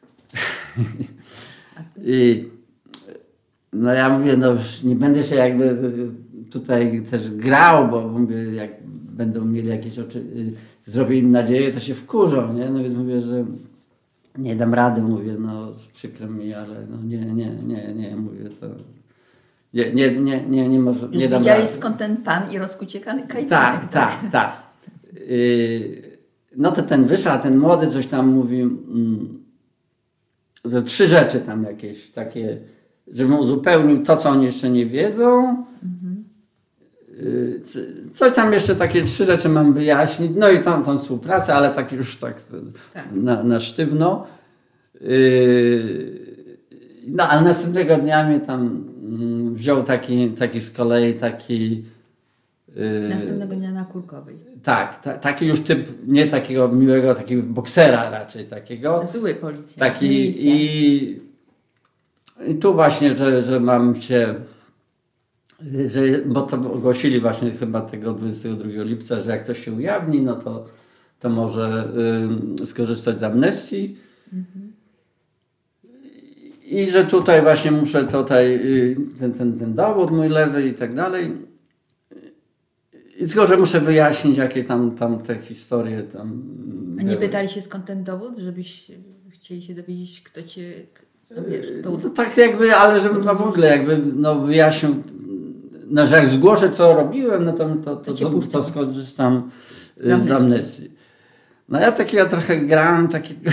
I, no ja mówię, no nie będę się jakby tutaj też grał, bo mówię, jak będą mieli jakieś oczy, zrobię im nadzieję, to się wkurzą, nie? No więc mówię, że nie dam rady, mówię, no przykro mi, ale no nie, nie, nie, nie, mówię to. Nie, nie, nie, nie, nie może. Już nie dam widziałeś rady. skąd ten pan i rozkucie kajdanek. Tak, tak, tak. Yy, no to ten wyszedł, a ten młody coś tam mówi, mm, że trzy rzeczy tam jakieś takie, żebym uzupełnił to, co oni jeszcze nie wiedzą. Mhm. Yy, coś tam jeszcze takie trzy rzeczy mam wyjaśnić. No i tą, tą współpracę, ale tak już tak, tak. Na, na sztywno. Yy, no ale następnego dnia mnie tam mm, wziął taki, taki z kolei taki... Yy, następnego dnia na Kurkowej. Tak, ta, taki już typ, nie takiego miłego, takiego boksera raczej takiego. Zły policjant. Taki i, i tu właśnie, że, że mam się, że, bo to ogłosili właśnie chyba tego dwudziestego drugiego lipca, że jak ktoś się ujawni, no to, to może y, skorzystać z amnestii. Mhm. I, I że tutaj właśnie muszę tutaj y, ten, ten, ten dowód mój lewy i tak dalej. I tylko, że muszę wyjaśnić, jakie tam, tam te historie tam... A nie pytali się skąd ten dowód, żebyś chcieli się dowiedzieć, kto cię... No wiesz, kto... No to tak jakby, ale żebym no w ogóle jakby no wyjaśnił, no, że jak zgłoszę, co robiłem, no to, to, to, to, to skorzystam z amnestii. z amnestii. No ja takiego trochę grałem, takiego...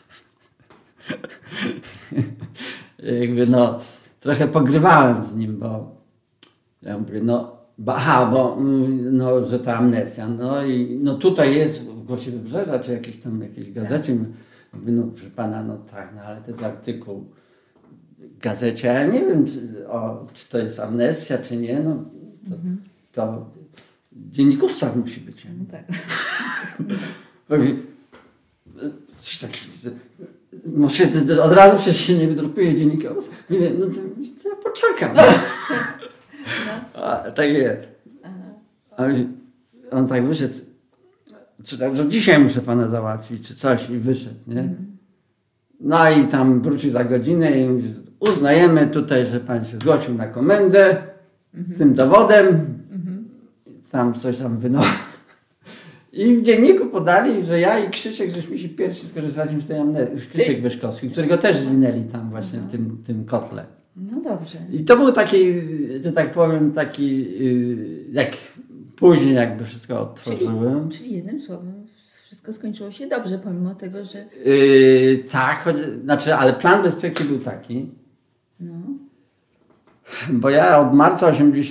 jakby no, trochę pogrywałem z nim, bo ja mówię, no aha, bo no, że ta amnestia, no i no tutaj jest w Głosie Wybrzeża, czy jakiejś tam jakiejś gazecie, mówię, no proszę pana, no tak, no ale to jest artykuł w gazecie, ja nie wiem, czy, o, czy to jest amnestia, czy nie, no to, mhm. to Dziennik Ustaw musi być. No tak. Mówię, coś takiego, muszę, od razu przecież się nie wydrukuje dziennika, mówię, no to, to ja poczekam. No. A, tak jest. A on tak wyszedł, czy tak, że dzisiaj muszę pana załatwić, czy coś, i wyszedł, nie? Mm. No i tam wrócił za godzinę i mówi, uznajemy tutaj, że pan się zgłosił na komendę mm-hmm. z tym dowodem, mm-hmm. tam coś tam wynosił. I w dzienniku podali, że ja i Krzysiek, żeśmy się pierwsi skorzystaliśmy z tej amnestii, Krzysiek Wyszkowski, którego też zwinęli tam właśnie w tym, tym kotle. No dobrze. I to był taki, że tak powiem, taki, jak później jakby wszystko odtworzyłem. Czyli, czyli jednym słowem wszystko skończyło się dobrze, pomimo tego, że... Yy, tak, choć, znaczy, ale plan bezpieki był taki, no. Bo ja od marca osiemdziesiątego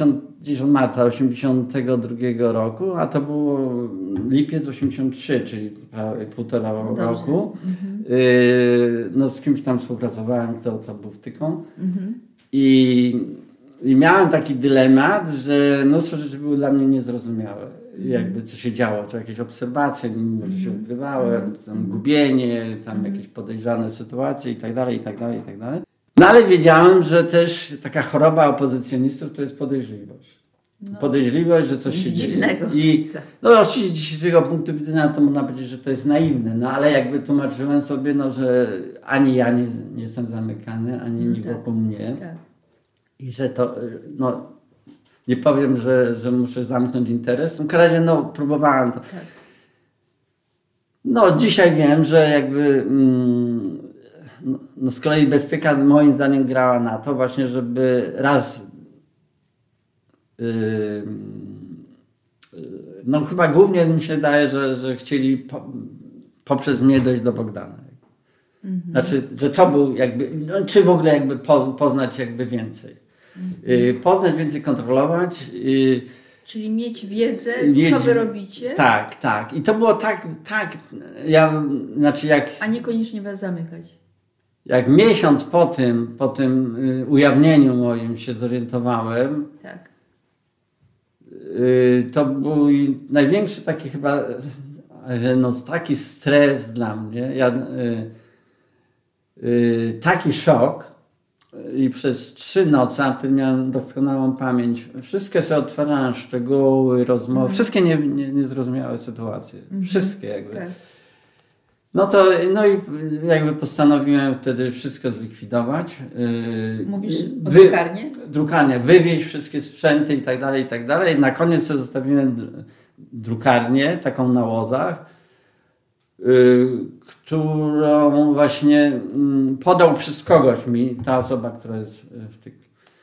gdzieś od marca osiemdziesiątego drugiego roku, a to było lipiec osiemdziesiąt trzy, czyli prawie półtora no roku. Mhm. Y, no z kimś tam współpracowałem, kto to był wtyką. Mhm. I, I miałem taki dylemat, że mnóstwo rzeczy były dla mnie niezrozumiałe. Jakby co się działo, czy jakieś obserwacje, może się ukrywałem, tam gubienie, tam jakieś podejrzane sytuacje i tak dalej, i tak dalej, i tak dalej. No ale wiedziałem, że też taka choroba opozycjonistów to jest podejrzliwość. No, podejrzliwość, że coś się dziwnego. dzieje. I no oczywiście z dzisiejszego punktu widzenia to można powiedzieć, że to jest naiwne, no ale jakby tłumaczyłem sobie, no, że ani ja nie, nie jestem zamykany, ani nikt wokół mnie. Tak. I że to, no nie powiem, że, że muszę zamknąć interes. W każdym razie, no próbowałem to. Tak. No dzisiaj wiem, że jakby mm, no, no z kolei bezpieka moim zdaniem grała na to właśnie, żeby raz yy, no chyba głównie mi się wydaje, że, że chcieli po, poprzez mnie dojść do Bogdana. Mhm. Znaczy, że to był jakby, no, czy w ogóle jakby poznać jakby więcej. Yy, poznać, więcej kontrolować. Yy, Czyli mieć wiedzę, mieć, co wy robicie. Tak, tak. I to było tak, tak, ja, znaczy jak... A niekoniecznie was zamykać. Jak miesiąc po tym, po tym y, ujawnieniu moim się zorientowałem, tak. y, to był największy taki chyba, no taki stres dla mnie. Ja, y, y, taki szok. I przez trzy noce, a wtedy miałem doskonałą pamięć. Wszystkie sobie odtwarzałem szczegóły, rozmowy, mm. wszystkie nie, nie, niezrozumiałe sytuacje. Mm-hmm. Wszystkie jakby. Tak. No to no i jakby postanowiłem wtedy wszystko zlikwidować. Mówisz o wy, drukarnię? Drukarnię, wywieźć wszystkie sprzęty i tak dalej, i tak dalej. Na koniec sobie zostawiłem drukarnię, taką na łozach, którą właśnie podał przez kogoś mi, ta osoba, która jest w tych...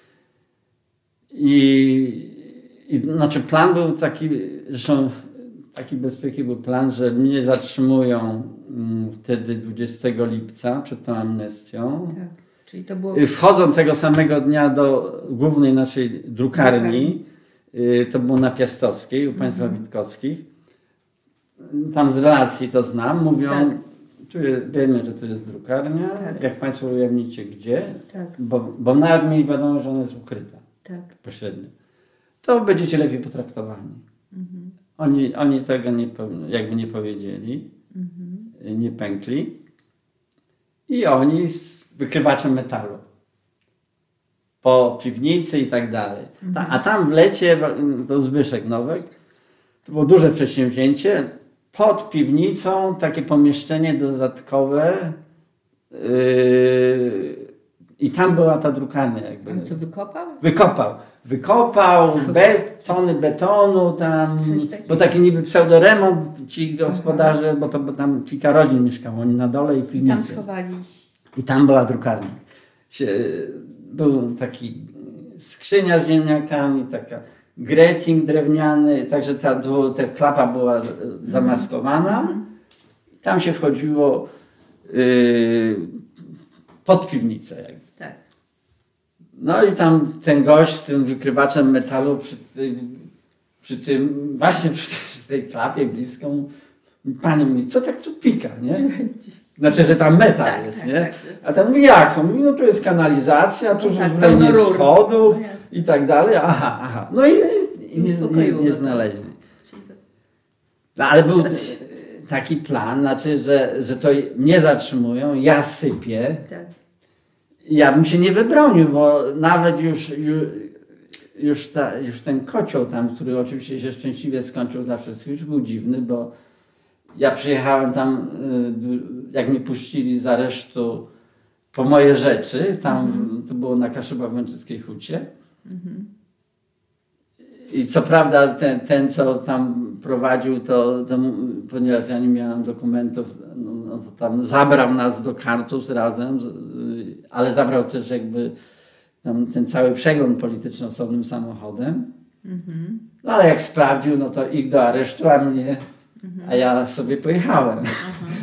I, i znaczy plan był taki, zresztą taki bezpieki był plan, że mnie zatrzymują wtedy dwudziestego lipca przed tą amnestią. Tak, czyli to było... Wchodzą tego samego dnia do głównej naszej drukarni, drukarni. To było na Piastowskiej, u państwa mhm. Witkockich. Tam z relacji to znam, mówią, tak. Tu jest, wiemy, że to jest drukarnia, tak. Jak państwo ujawnicie gdzie, tak. bo, bo nawet mi wiadomo, że ona jest ukryta tak. pośrednio, to będziecie lepiej potraktowani. Mhm. Oni, oni tego nie, jakby nie powiedzieli, mhm. nie pękli i oni z wykrywaczem metalu po piwnicy i tak dalej. Mhm. A tam w lecie, to Zbyszek Nowek, to było duże przedsięwzięcie. Pod piwnicą takie pomieszczenie dodatkowe yy, i tam była ta drukarnia. Jakby. A co, wykopał? Wykopał. Wykopał, be, tony betonu tam, bo taki niby pseudoremont ci gospodarze, Aha. bo to bo tam kilka rodzin mieszkało, oni na dole i w piwnicy. I tam schowali. I tam była drukarnia. Był taki skrzynia z ziemniakami, taka grecing drewniany, także ta, ta klapa była zamaskowana. Mhm. Tam się wchodziło yy, pod piwnicę. Jakby. Tak. No i tam ten gość z tym wykrywaczem metalu przy tym, przy tym właśnie przy tej klapie bliską, pani mówi, co tak tu pika, nie? Znaczy, że tam metal tak, jest, tak, nie? Tak, a tam mówi, jak? On mówi, no tu jest kanalizacja, tu tak, jest schodów no i tak dalej. Aha, aha. No i, i, I nie, nie, nie znaleźli. No, ale był taki plan, znaczy, że, że to mnie zatrzymują, ja sypię. Tak. Ja bym się nie wybronił, bo nawet już, już, już, ta, już ten kocioł tam, który oczywiście się szczęśliwie skończył dla wszystkich, już był dziwny, bo ja przyjechałem tam, jak mnie puścili z aresztu po moje rzeczy, tam mm-hmm. to było na Kaszuba-Włęczyckiej Hucie. Mm-hmm. I co prawda ten, ten, co tam prowadził, to, to ponieważ ja nie miałem dokumentów, no, no to tam zabrał nas do Kartus razem, ale zabrał też jakby tam ten cały przegląd polityczny osobnym samochodem. Mm-hmm. No ale jak sprawdził, no to ich do aresztu, a mnie, mm-hmm. a ja sobie pojechałem. Mm-hmm.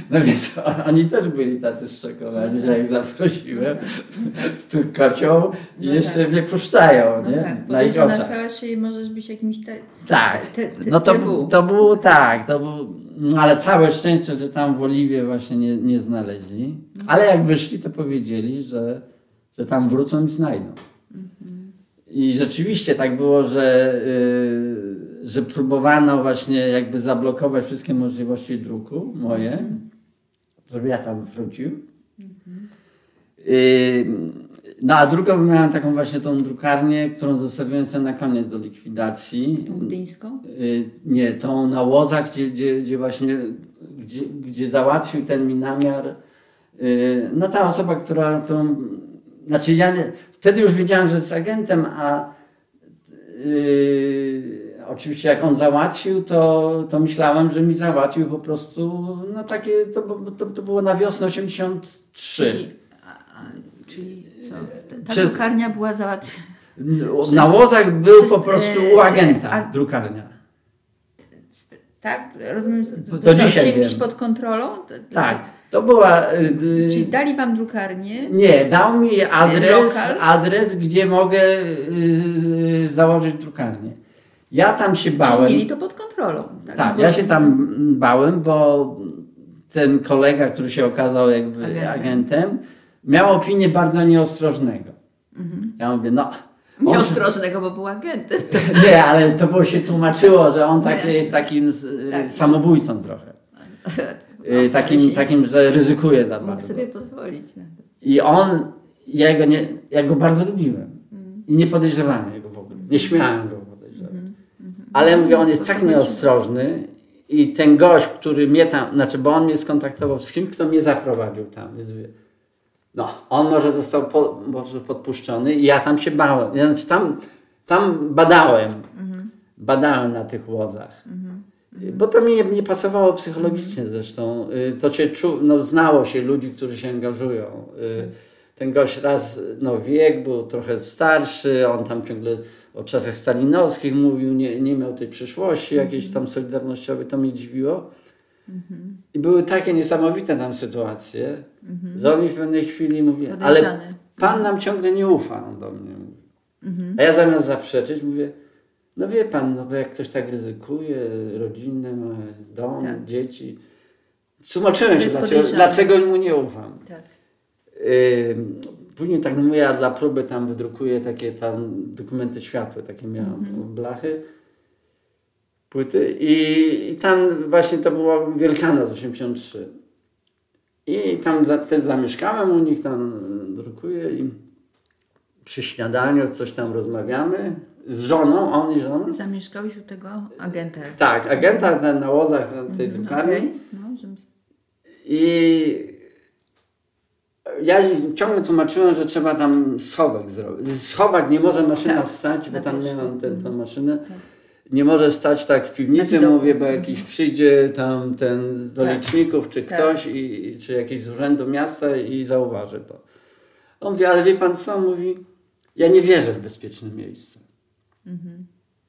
No więc oni też byli tacy zszokowani, no tak. że jak zaprosiłem, no tak. tu kocioł i no jeszcze tak. mnie puszczają, no nie? Tak. Podejrzana sprawa, czyli możesz być jakimś te, tak. te, te, te, no to, to było tak, to było, no ale całe szczęście, że tam w Oliwie właśnie nie, nie znaleźli. Ale jak wyszli, to powiedzieli, że, że tam wrócą i znajdą. Mhm. I rzeczywiście tak było, że, yy, że próbowano właśnie jakby zablokować wszystkie możliwości druku moje, mhm. żeby ja tam wrócił. Mhm. Yy, no a drugą miałem taką właśnie tą drukarnię, którą zostawiłem sobie na koniec do likwidacji. Tą gdyńską? Yy, nie, tą na Łozach, gdzie, gdzie, gdzie właśnie gdzie, gdzie załatwił ten mi namiar yy, no ta osoba, która, którą znaczy ja nie, wtedy już wiedziałem, że jest agentem, a yy, oczywiście jak on załatwił, to, to myślałem, że mi załatwił po prostu, no takie, to, to, to było na wiosnę osiemdziesiąt trzy. Czyli, a, a, czyli co? Ta Przez, drukarnia była załatwiona? Przez, na Łozach był przez, po prostu u agenta a, drukarnia. Tak? Rozumiem, to, to dzisiaj mieć pod kontrolą? To, tak. To była... Yy, Czyli dali wam drukarnię? Nie, dał mi adres, adres gdzie mogę yy, założyć drukarnię. Ja tam się bałem. Czyli mieli to pod kontrolą. Tak, tak no ja się tam bałem, bo ten kolega, który się okazał jakby agentem, agentem miał opinię bardzo nieostrożnego. Mhm. Ja mówię, no... On... Nieostrożnego, bo był agentem. Nie, ale to było się tłumaczyło, że on taki, jest takim tak. samobójcą trochę. No, takim, takim, że ryzykuje za bardzo. Mógł sobie pozwolić na to. I on, ja go, nie, ja go bardzo lubiłem. Mm. I nie podejrzewałem jego w ogóle. Nie śmiałem go podejrzewać. Mm. Ale mówię, on jest tak nieostrożny i ten gość, który mnie tam, znaczy, bo on mnie skontaktował z kimś, kto mnie zaprowadził tam, więc mówię, no, on może został po, może podpuszczony i ja tam się bałem. Znaczy, tam, tam badałem. Mm. Badałem na tych Łozach. Mm. Bo to mi nie, nie pasowało psychologicznie zresztą. To się czu, no, znało się ludzi, którzy się angażują. Ten gość raz, no wiek, był trochę starszy, on tam ciągle o czasach stalinowskich mówił, nie, nie miał tej przyszłości jakiejś tam solidarnościowej, to mnie dziwiło. I były takie niesamowite tam sytuacje, że on mi w pewnej chwili mówi, ale pan nam ciągle nie ufa, on do mnie mówi. A ja zamiast zaprzeczyć mówię, no wie pan, no bo jak ktoś tak ryzykuje, rodzinę, dom, tak. dzieci. Tłumaczyłem się, dlaczego, dlaczego mu nie ufam. Tak. Yy, później tak mówię, ja dla próby tam wydrukuję takie tam dokumenty światłe, takie miałam mm-hmm. blachy, płyty i, i tam właśnie to było Wielkanoc osiemdziesiąt trzy. I tam wtedy zamieszkałem u nich, tam drukuję i przy śniadaniu coś tam rozmawiamy. Z żoną, on i żoną. Zamieszkałeś u tego agenta. Tak, agenta na, na Łozach, na tej mm, drukarni. Okay. No, że... I ja ciągle tłumaczyłem, że trzeba tam schowek zrobić. Schowak nie może maszyna tak, stać, bo tam miałam tę mm. maszynę. Tak. Nie może stać tak w piwnicy, mówię, bo jakiś przyjdzie tam ten do tak. liczników, czy tak. ktoś, i, czy jakiś z urzędu miasta i zauważy to. On mówi, ale wie pan co? Mówi, ja nie wierzę w bezpieczne miejsce. Mhm.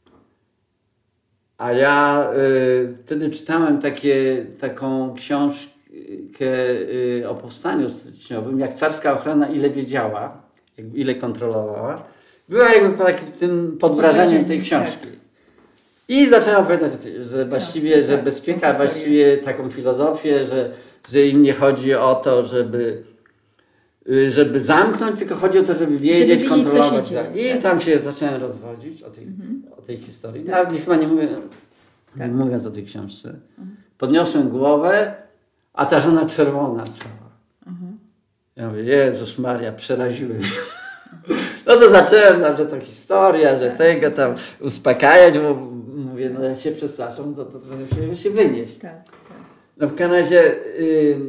A ja y, wtedy czytałem takie, taką książkę y, o powstaniu styczniowym, jak carska ochrona ile wiedziała, jak, ile kontrolowała. Była jakby pod, tym, pod wrażeniem tej książki. Tak. I zaczęłam opowiadać, że właściwie, że bezpieka właściwie taką filozofię, że, że im nie chodzi o to, żeby żeby zamknąć, tylko chodzi o to, żeby wiedzieć, żeby kontrolować. Dzieje, I tak. tam się zacząłem rozwodzić o tej, mhm. o tej historii. Tak. Nawet chyba nie mówię, tak. nie mówiąc o tej książce. Mhm. Podniosłem głowę, a ta żona czerwona cała. Mhm. Ja mówię, Jezus Maria, przeraziłem się. No to zacząłem tam, że to historia, że tak. tego tam uspokajać, bo mówię, no jak się przestraszą, to, to, to musimy się wynieść. Tak, tak. No w każdym razie y,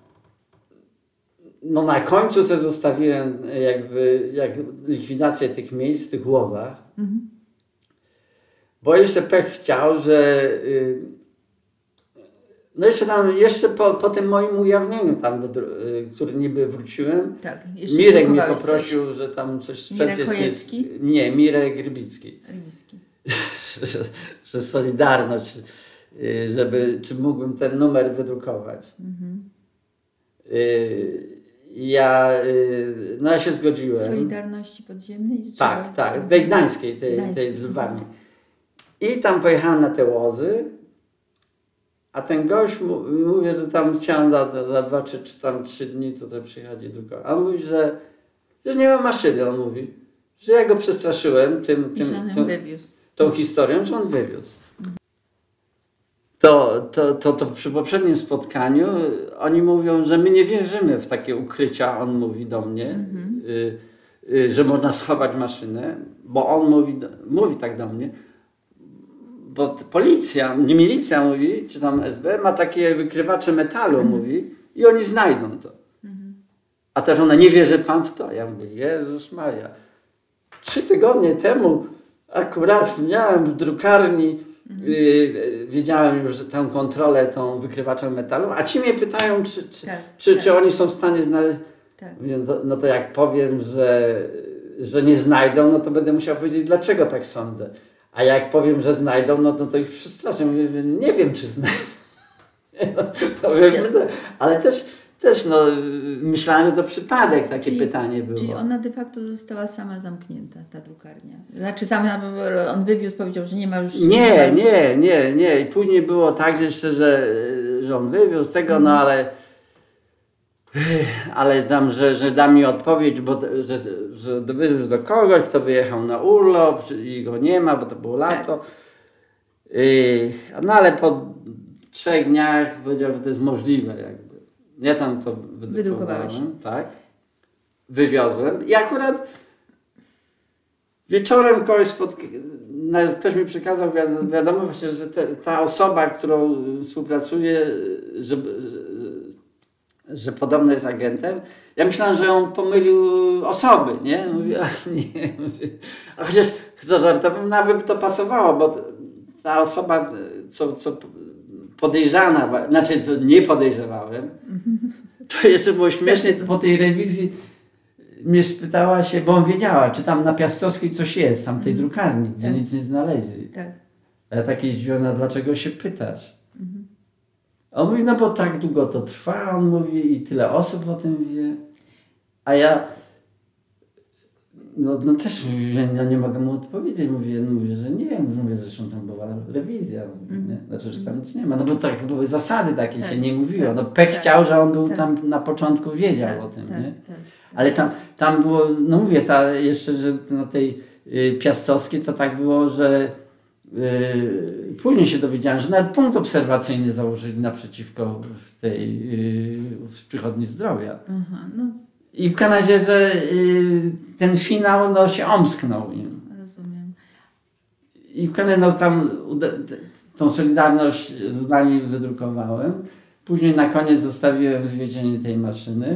no na końcu sobie zostawiłem jakby jak likwidację tych miejsc w tych Łozach, mhm. bo jeszcze pech chciał, że y, no jeszcze tam, jeszcze po, po tym moim ujawnieniu tam, y, który niby wróciłem, tak, Mirek mnie poprosił, coś. że tam coś sprzed jest, jest... Nie, Mirek Rybicki. Rybicki. że, że Solidarność żeby, czy mógłbym ten numer wydrukować. Mhm. Ja, no ja się zgodziłem. Solidarności Podziemnej? Tak, trzeba... tak, tej gdańskiej, tej, tej z Lwami. I tam pojechałem na te łozy, a ten gość mówi, że tam chciałem za, za dwa czy, czy tam trzy dni tutaj przyjechać i drukować. A on mówi, że, że nie ma maszyny, on mówi, że ja go przestraszyłem tym, tym, tym, tą historią, że on wywiózł. To, to, to, to przy poprzednim spotkaniu oni mówią, że my nie wierzymy w takie ukrycia, on mówi do mnie, mhm. y, y, że można schować maszynę, bo on mówi, mówi tak do mnie, bo policja, nie milicja mówi, czy tam S B, ma takie wykrywacze metalu, mhm. mówi, i oni znajdą to. Mhm. A też ona, nie wierzy pan w to? Ja mówię, Jezus Maria, trzy tygodnie temu akurat miałem w drukarni, mhm. y, wiedziałem już, że tę kontrolę, tą wykrywaczem metalu, a ci mnie pytają, czy, czy, tak, czy, tak. czy oni są w stanie znaleźć. Tak. Mówię, no, no to jak powiem, że, że nie znajdą, no to będę musiał powiedzieć, dlaczego tak sądzę. A jak powiem, że znajdą, no to, to ich przestraszę. Mówię, nie wiem, czy znajdą. No, to wiem, ale też, też no, myślałem, że to przypadek, takie czyli, pytanie było. Czyli ona de facto została sama zamknięta, ta drukarnia. Znaczy sam on wywiózł, powiedział, że nie ma już... Nie, nie, nie, nie. I później było tak jeszcze, że, że on wywiózł tego, mhm. no ale... Ale tam, że, że da mi odpowiedź, bo że, że wywiózł do kogoś, kto wyjechał na urlop i go nie ma, bo to było lato. Tak. No ale po trzech dniach powiedział, że to jest możliwe jakby. Ja tam to wydrukowałem, tak. Wywiozłem i akurat wieczorem kogoś spotkałem, ktoś mi przekazał wiadomo właśnie, że te, ta osoba, którą współpracuję, że, że podobno jest agentem. Ja myślałem, że on pomylił osoby, nie? Mówię, a nie. A chociaż zażartowałem, nawet by to pasowało, bo ta osoba, co, co podejrzana, znaczy to nie podejrzewałem, to jeszcze było śmiesznie, po tej rewizji mnie spytała się, bo on wiedziała, czy tam na Piastowskiej coś jest, tam tej drukarni, gdzie tak. nic nie znaleźli. Tak. A ja takie zdziwiona, dlaczego się pytasz? Mhm. A on mówi, no bo tak długo to trwa, on mówi i tyle osób o tym wie. A ja no, no też mówię, no nie mogę mu odpowiedzieć, mówię, no mówię, że nie, mówię, zresztą tam była rewizja, mówię, nie? Znaczy, że tam nic nie ma, no bo tak były zasady takie, tak, się nie mówiło, tak, no pech tak, chciał, że on był tak. tam na początku wiedział tak, o tym, tak, nie? Tak, tak. Ale tam, tam było, no mówię, ta jeszcze, że na tej y, Piastowskiej to tak było, że y, później się dowiedziałem, że nawet punkt obserwacyjny założyli naprzeciwko w tej y, w przychodni zdrowia. Aha, no. I w Kanadzie, że y, ten finał no, się omsknął im. Rozumiem. I w Kanadzie no, tam tą Solidarność z nami wydrukowałem. Później na koniec zostawiłem wywiezienie tej maszyny.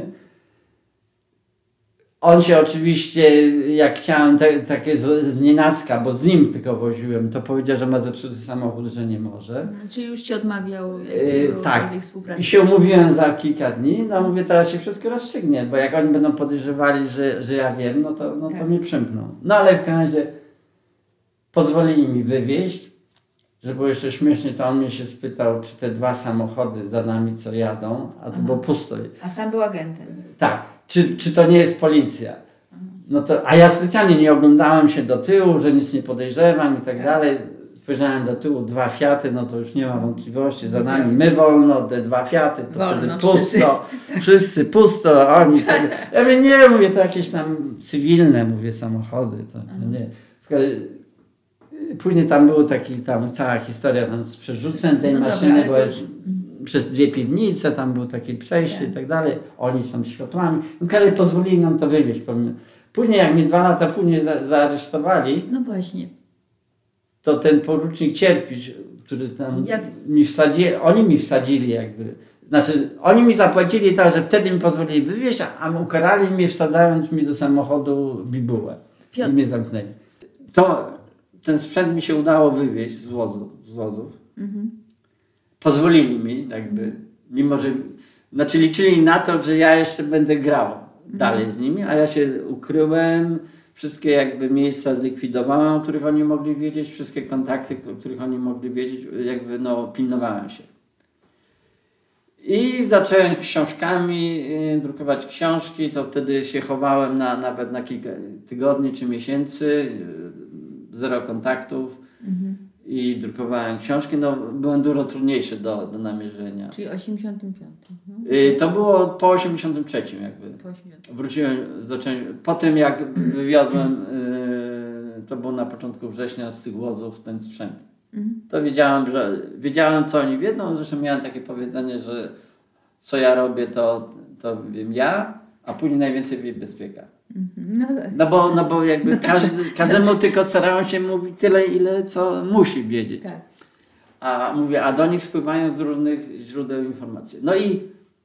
On się oczywiście, jak chciałem te, takie z, z nienacka, bo z nim tylko woziłem, to powiedział, że ma zepsuty samochód, że nie może. Czy już ci odmawiał yy, tak. współpracy? I się umówiłem za kilka dni, no mówię, teraz się wszystko rozstrzygnie, bo jak oni będą podejrzewali, że, że ja wiem, no to, no to tak. mnie przymkną. No ale w Kanadzie pozwolili mi wywieźć, że było jeszcze śmiesznie, to on mnie się spytał, czy te dwa samochody za nami, co jadą, a to Aha. było pusto. A sam był agentem. Tak. Czy, czy to nie jest policja? No to, a ja specjalnie nie oglądałem się do tyłu, że nic nie podejrzewam i tak dalej. Spojrzałem do tyłu, dwa Fiaty, no to już nie ma wątpliwości, za nami my wolno, te dwa Fiaty, to wolno, wtedy pusto, wszyscy, wszyscy pusto, oni. Tak. Ja mówię, nie, mówię, to jakieś tam cywilne, mówię, samochody, to, to nie. Później tam było taki, tam cała historia tam z przerzucem tej no maszyny, dobra, bo już... przez dwie piwnice, tam było takie przejście tak. i tak dalej, oni są światłami. No ale pozwolili nam to wywieźć. Później jak mnie dwa lata później za, zaaresztowali, no właśnie, to ten porucznik Cierpić, który tam jak? mi wsadzili, oni mi wsadzili jakby, znaczy oni mi zapłacili tak, że wtedy mi pozwolili wywieźć, a ukarali mnie wsadzając mi do samochodu bibułę Piotr. I mnie zamknęli. To ten sprzęt mi się udało wywieźć z wozów. Z wozów. Mhm. Pozwolili mi jakby, mimo że, znaczy liczyli na to, że ja jeszcze będę grał dalej z nimi, a ja się ukryłem, wszystkie jakby miejsca zlikwidowałem, o których oni mogli wiedzieć, wszystkie kontakty, o których oni mogli wiedzieć, jakby no pilnowałem się. I zacząłem książkami y, drukować książki, to wtedy się chowałem na, nawet na kilka tygodni czy miesięcy, y, zero kontaktów mhm. i drukowałem książki. No, byłem dużo trudniejszy do, do namierzenia. Czyli osiemdziesiątym piątym. Mhm. Y, to było po osiemdziesiątym trzecim jakby. Po osiemdziesiątym. Wróciłem, zacząłem, po tym jak wywiozłem, y, to było na początku września z tych wozów ten sprzęt. To wiedziałem, że wiedziałem, co oni wiedzą. Zresztą miałem takie powiedzenie, że co ja robię, to, to wiem ja, a później najwięcej wie bezpieka. No, tak. no, bo, no bo jakby każdy, każdemu tylko starałem się mówić tyle, ile co musi wiedzieć. Tak. A mówię, a do nich spływają z różnych źródeł informacji. No i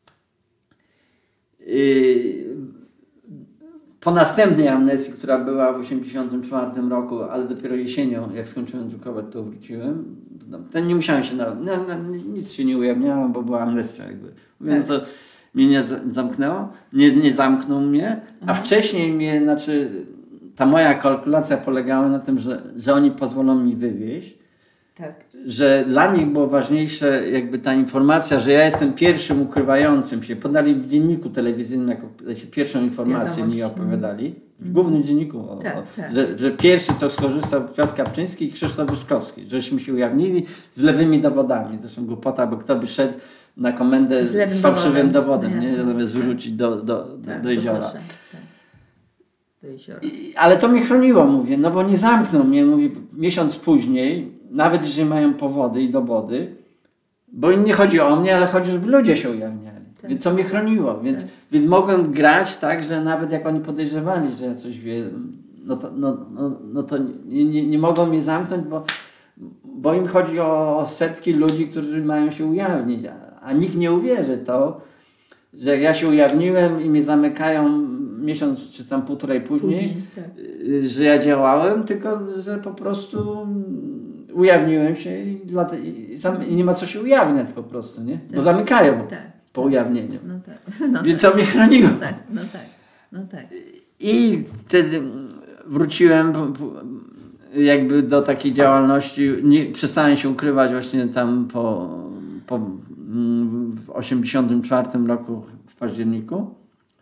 yy, po następnej amnestii, która była w osiemdziesiątym czwartym roku, ale dopiero jesienią, jak skończyłem drukować, to wróciłem. No, to nie musiałem się, na, no, no, nic się nie ujawniałem, bo była amnestia jakby. Mówię, tak. No to mnie nie zamknęło, nie, nie zamknął mnie, a mhm. wcześniej mnie, znaczy ta moja kalkulacja polegała na tym, że, że oni pozwolą mi wywieźć. Tak. Że dla nich było ważniejsze jakby ta informacja, że ja jestem pierwszym ukrywającym się. Podali w dzienniku telewizyjnym jako pierwszą informację Wiadomość. mi opowiadali. W głównym dzienniku, o, tak, o, tak. Że, że pierwszy to skorzystał Piotr Kapczyński i Krzysztof Wyszkowski. Żeśmy się ujawnili z lewymi dowodami. Zresztą głupota, bo kto by szedł na komendę z, z fałszywym dowodem, dowodem no nie? Zamiast wyrzucić do, do, do, tak, do jeziora. Do kosza, tak. Do jeziora. I, ale to mnie chroniło, mówię, no bo nie zamknął mnie, mówię, miesiąc później, nawet jeżeli mają powody i dowody, bo im nie chodzi o mnie, ale chodzi, żeby ludzie się ujawniali. Tak. Więc to mnie chroniło, więc, tak. więc mogłem grać tak, że nawet jak oni podejrzewali, że ja coś wiem, no to, no, no, no to nie, nie, nie mogą mnie zamknąć, bo, bo im chodzi o setki ludzi, którzy mają się ujawnić, a, a nikt nie uwierzy to, że jak ja się ujawniłem i mnie zamykają miesiąc czy tam półtorej później, później tak. że ja działałem, tylko że po prostu ujawniłem się i, dla te, i, sam, i nie ma co się ujawniać po prostu, nie? Bo tak. zamykają tak. po ujawnieniu. No tak. No Więc tak. to mnie chroniło. No tak, no tak, no tak. I wtedy wróciłem jakby do takiej działalności, nie, przestałem się ukrywać właśnie tam po, po w osiemdziesiątym czwartym roku w październiku.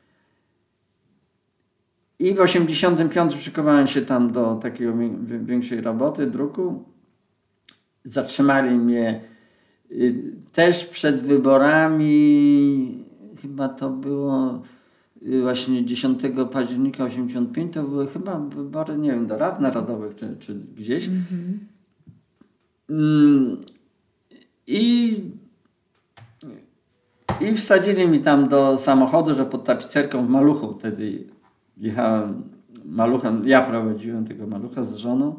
I w osiemdziesiątym piątym szykowałem się tam do takiej większej roboty, druku. Zatrzymali mnie y, też przed wyborami, chyba to było y, właśnie dziesiątego października osiemdziesiątego piątego, to były chyba wybory, nie wiem, do Rad Narodowych czy, czy gdzieś. Mm-hmm. Y, I I wsadzili mi tam do samochodu, że pod tapicerką w Maluchu wtedy jechałem maluchem, ja prowadziłem tego malucha z żoną.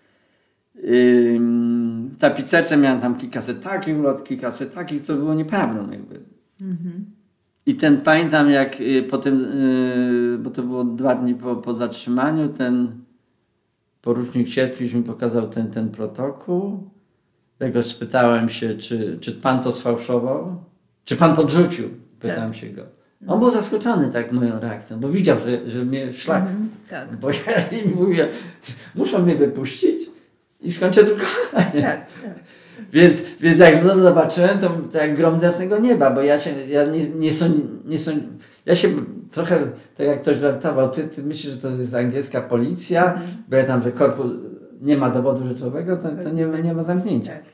W tapicerce miałem tam kilkaset takich ulot, kilkaset takich, co było nieprawdą jakby. Mm-hmm. I ten, pamiętam jak po tym, bo to było dwa dni po, po zatrzymaniu, ten porucznik Sierpiś mi pokazał ten, ten protokół. Ja go spytałem się, czy, czy pan to sfałszował? Czy pan podrzucił? Pytam tak. się go. On był zaskoczony tak moją reakcją, bo widział, że, że mnie szlak. Mm, tak. Bo ja im mówię, muszą mnie wypuścić i skończę drukowanie. Tak, tak. Więc, więc jak to zobaczyłem, to, to jak grom z jasnego nieba, bo ja się, ja nie, nie są, nie są, ja się trochę, tak jak ktoś żartował, ty, ty myślisz, że to jest angielska policja, mm. bo ja tam, że korpus nie ma dowodu rzeczowego, to, to nie, nie ma zamknięcia. Tak.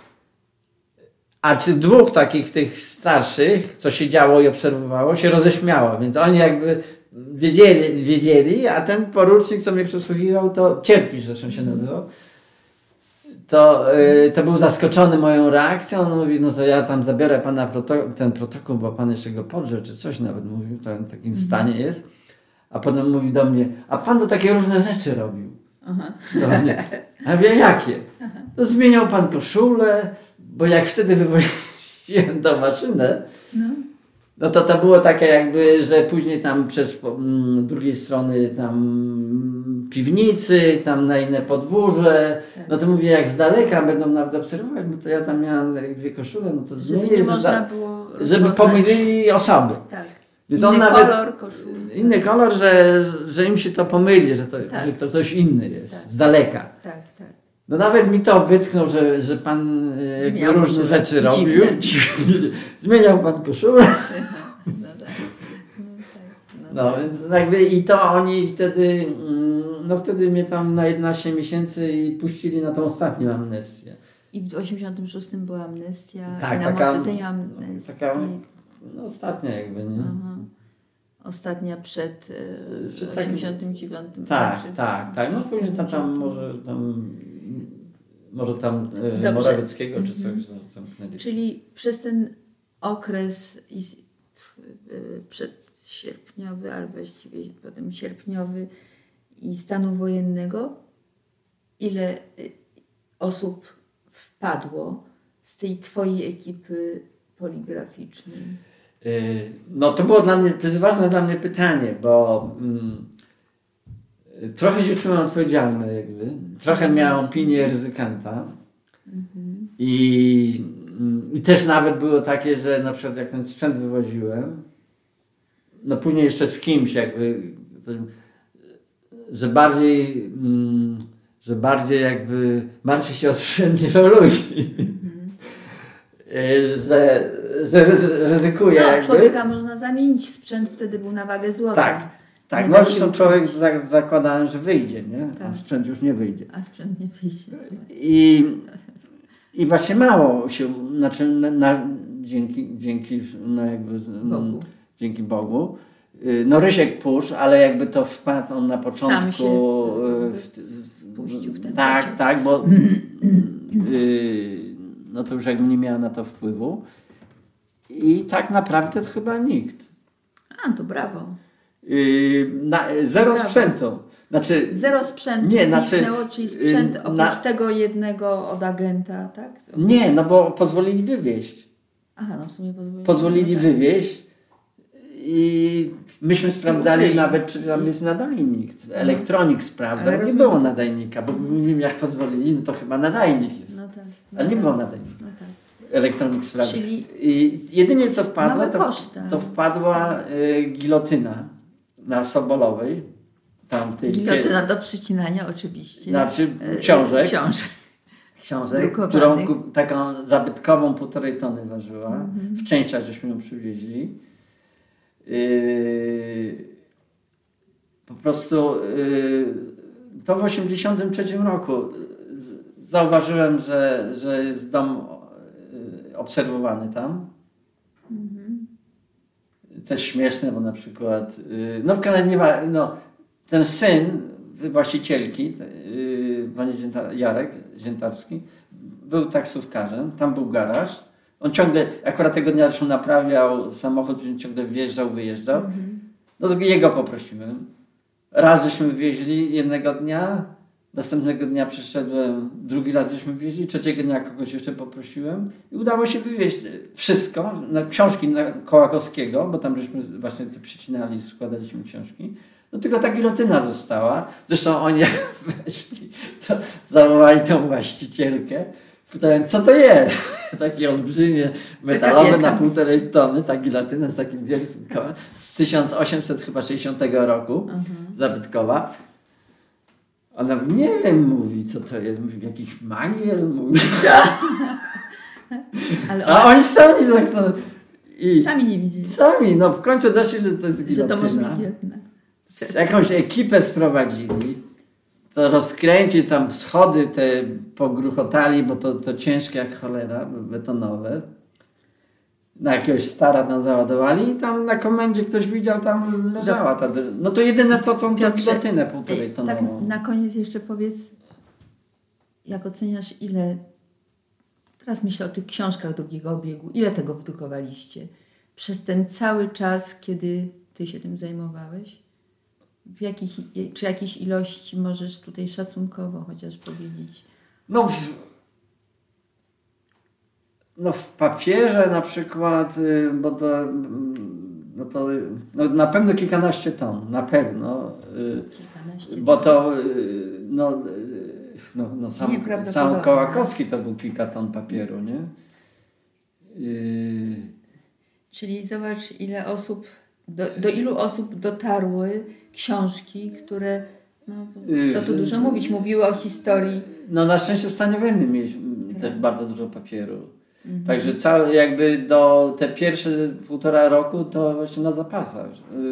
A czy dwóch takich tych starszych, co się działo i obserwowało, się roześmiało, więc oni jakby wiedzieli, wiedzieli, a ten porucznik, co mnie przesłuchiwał, to Cierpisz zresztą się nazywał, to, yy, to był zaskoczony moją reakcją. On mówi, no to ja tam zabiorę pana proto- ten protokół, bo pan jeszcze go podrze, czy coś nawet mówił, to w takim stanie jest. A potem mówi do mnie, a pan to takie różne rzeczy robił. Aha. To mnie, a ja wie, jakie? To zmieniał pan koszulę, bo jak wtedy wywoziłem tą maszynę, no. no to to było takie jakby, że później tam przez m, drugiej strony tam piwnicy, tam na inne podwórze, tak. no to mówię, jak z daleka będą nawet obserwować, no to ja tam miałem dwie koszule, no to żeby nie można da, było żeby pomylili osoby. Tak. Więc inny on nawet, kolor koszuli. inny kolor, że, że im się to pomyli, że to, Tak. że to ktoś inny jest, Tak. z daleka. Tak, tak. No nawet mi to wytknął, że, że pan e, Zmieniał różne koszulę. rzeczy robił. Dziwnie. Dziwnie. Zmieniał pan koszulę. No tak. No tak. No więc jakby i to oni wtedy, mm, no wtedy mnie tam na jedenaście miesięcy i puścili na tą ostatnią amnestię. I w osiemdziesiątym szóstym była amnestia. Tak, i na taka- mocy tej amnestii. taka No ostatnia jakby, nie? Aha. Ostatnia przed e, Przed takim- osiemdziesiątym dziewiątym. Tak, znaczy- tak, tak. No później tam, tam może tam może tam e, Dobrze. Morawieckiego czy Mhm. coś zamknęli. Czyli przez ten okres is- e, przedsierpniowy, albo właściwie potem sierpniowy i stanu wojennego, ile e, osób wpadło z tej twojej ekipy poligraficznej? Y, No to było dla mnie, to jest ważne dla mnie pytanie, bo mm, trochę się czułem odpowiedzialny jakby, trochę miałem opinię ryzykanta Mhm. i, mm, i też nawet było takie, że na przykład jak ten sprzęt wywoziłem, no później jeszcze z kimś jakby, to, że bardziej, mm, że bardziej jakby martwię się o sprzęt niż o ludzi. Y, że, że ryzy- ryzykuję No, jakby. człowieka można zamienić, sprzęt wtedy był na wagę złota. Tak, tak. Nie No da zresztą się człowiek ukryć. zak- zakładałem, że wyjdzie, nie? A Tak. sprzęt już nie wyjdzie. A sprzęt nie wyjdzie. I, i właśnie mało się, znaczy na, na, dzięki, dzięki, no jakby, mm, Bogu. dzięki Bogu. Y, No Rysiek Pusz, ale jakby to wpadł on na początku. się, y, w, wpuścił w ten Tak, pociąg. tak, bo y, no to już jakby nie miała na to wpływu. I tak naprawdę to chyba nikt. A, to brawo. Yy, na, zero Brawo. sprzętu. Znaczy, Zero sprzętu Nie, znaczy, zniknęło, czyli sprzęt y, oprócz na- tego jednego od agenta, tak? nie, no bo pozwolili wywieźć. Aha, no w sumie pozwolili. Pozwolili no tak. wywieźć i myśmy sprawdzali Ukryli. nawet, czy tam jest nadajnik. Elektronik sprawdzał, Ale nie rozumiem. było nadajnika, bo mówimy, jak pozwolili, no to chyba nadajnik jest. No tak. No A nie tak. było nadajnika. No tak. Elektronik sprawdzał. Czyli I jedynie co wpadło, małe to, koszty. to wpadła y, gilotyna na Sobolowej. Tam tej, gilotyna do przycinania oczywiście. Znaczy E, książek. Książek. książek, drukowanych. którą kup- taką zabytkową półtorej tony ważyła. Mhm. W częściach żeśmy ją przywieźli. Yy, po prostu yy, to w osiemdziesiątym trzecim roku z- zauważyłem, że, że jest dom yy, obserwowany tam. Mhm. Też śmieszne, bo na przykład, yy, no w Kanadzie nie ma, no, ten syn właścicielki, yy, pani Zięta, Jarek Ziętarski, był taksówkarzem, tam był garaż. On ciągle, akurat tego dnia zresztą naprawiał samochód, więc ciągle wjeżdżał, wyjeżdżał. Mhm. No to jego poprosiłem. Raz żeśmy wywieźli jednego dnia, następnego dnia przyszedłem, drugi raz żeśmy wywieźli, trzeciego dnia kogoś jeszcze poprosiłem i udało się wywieźć wszystko, na książki na Kołakowskiego, bo tam żeśmy właśnie to przycinali, składaliśmy książki. No tylko ta gilotyna została. Zresztą oni weszli, to zawołali tą właścicielkę. Pytałem, co to jest? Takie olbrzymie, metalowe wielka. na półtorej tony, ta gilotyna z takim wielkim kołem, z tysiąc osiemset sześćdziesiątego roku, Mhm. zabytkowa. Ona mówi, nie wiem, mówi, co to jest, mówi, jakiś magier, mówi. Ale A ona, oni sami zastanawiają. I sami nie widzieli, sami, no w końcu doszli, że to jest że gilotyna. to może być gilotyna. Jakąś ekipę sprowadzili, to rozkręci tam schody te pogruchotali, bo to, to ciężkie jak cholera, betonowe. Na jakiegoś stara tam załadowali i tam na komendzie ktoś widział, tam leżała ta... No to jedyne to, tą Piotrze, gilotynę półtorej Ej, tak tonową. na koniec jeszcze powiedz, jak oceniasz, ile, teraz myślę o tych książkach drugiego obiegu, ile tego wydrukowaliście przez ten cały czas, kiedy ty się tym zajmowałeś? W jakich, czy jakiejś ilości możesz tutaj szacunkowo chociaż powiedzieć? No w, no w papierze na przykład, y, bo to, mm, no to no na pewno kilkanaście ton, na pewno. y, Kilkanaście Bo ton. to y, no, y, no, no sam, Nieprawdopodobne. sam Kołakowski to był kilka ton papieru, nie? Y, Czyli zobacz, ile osób do, do ilu osób dotarły książki, które, no, co tu dużo mówić, mówiły o historii. No na szczęście w stanie wojennym mieliśmy też bardzo dużo papieru. Mhm. Także całe jakby do te pierwsze półtora roku to właśnie na zapasach.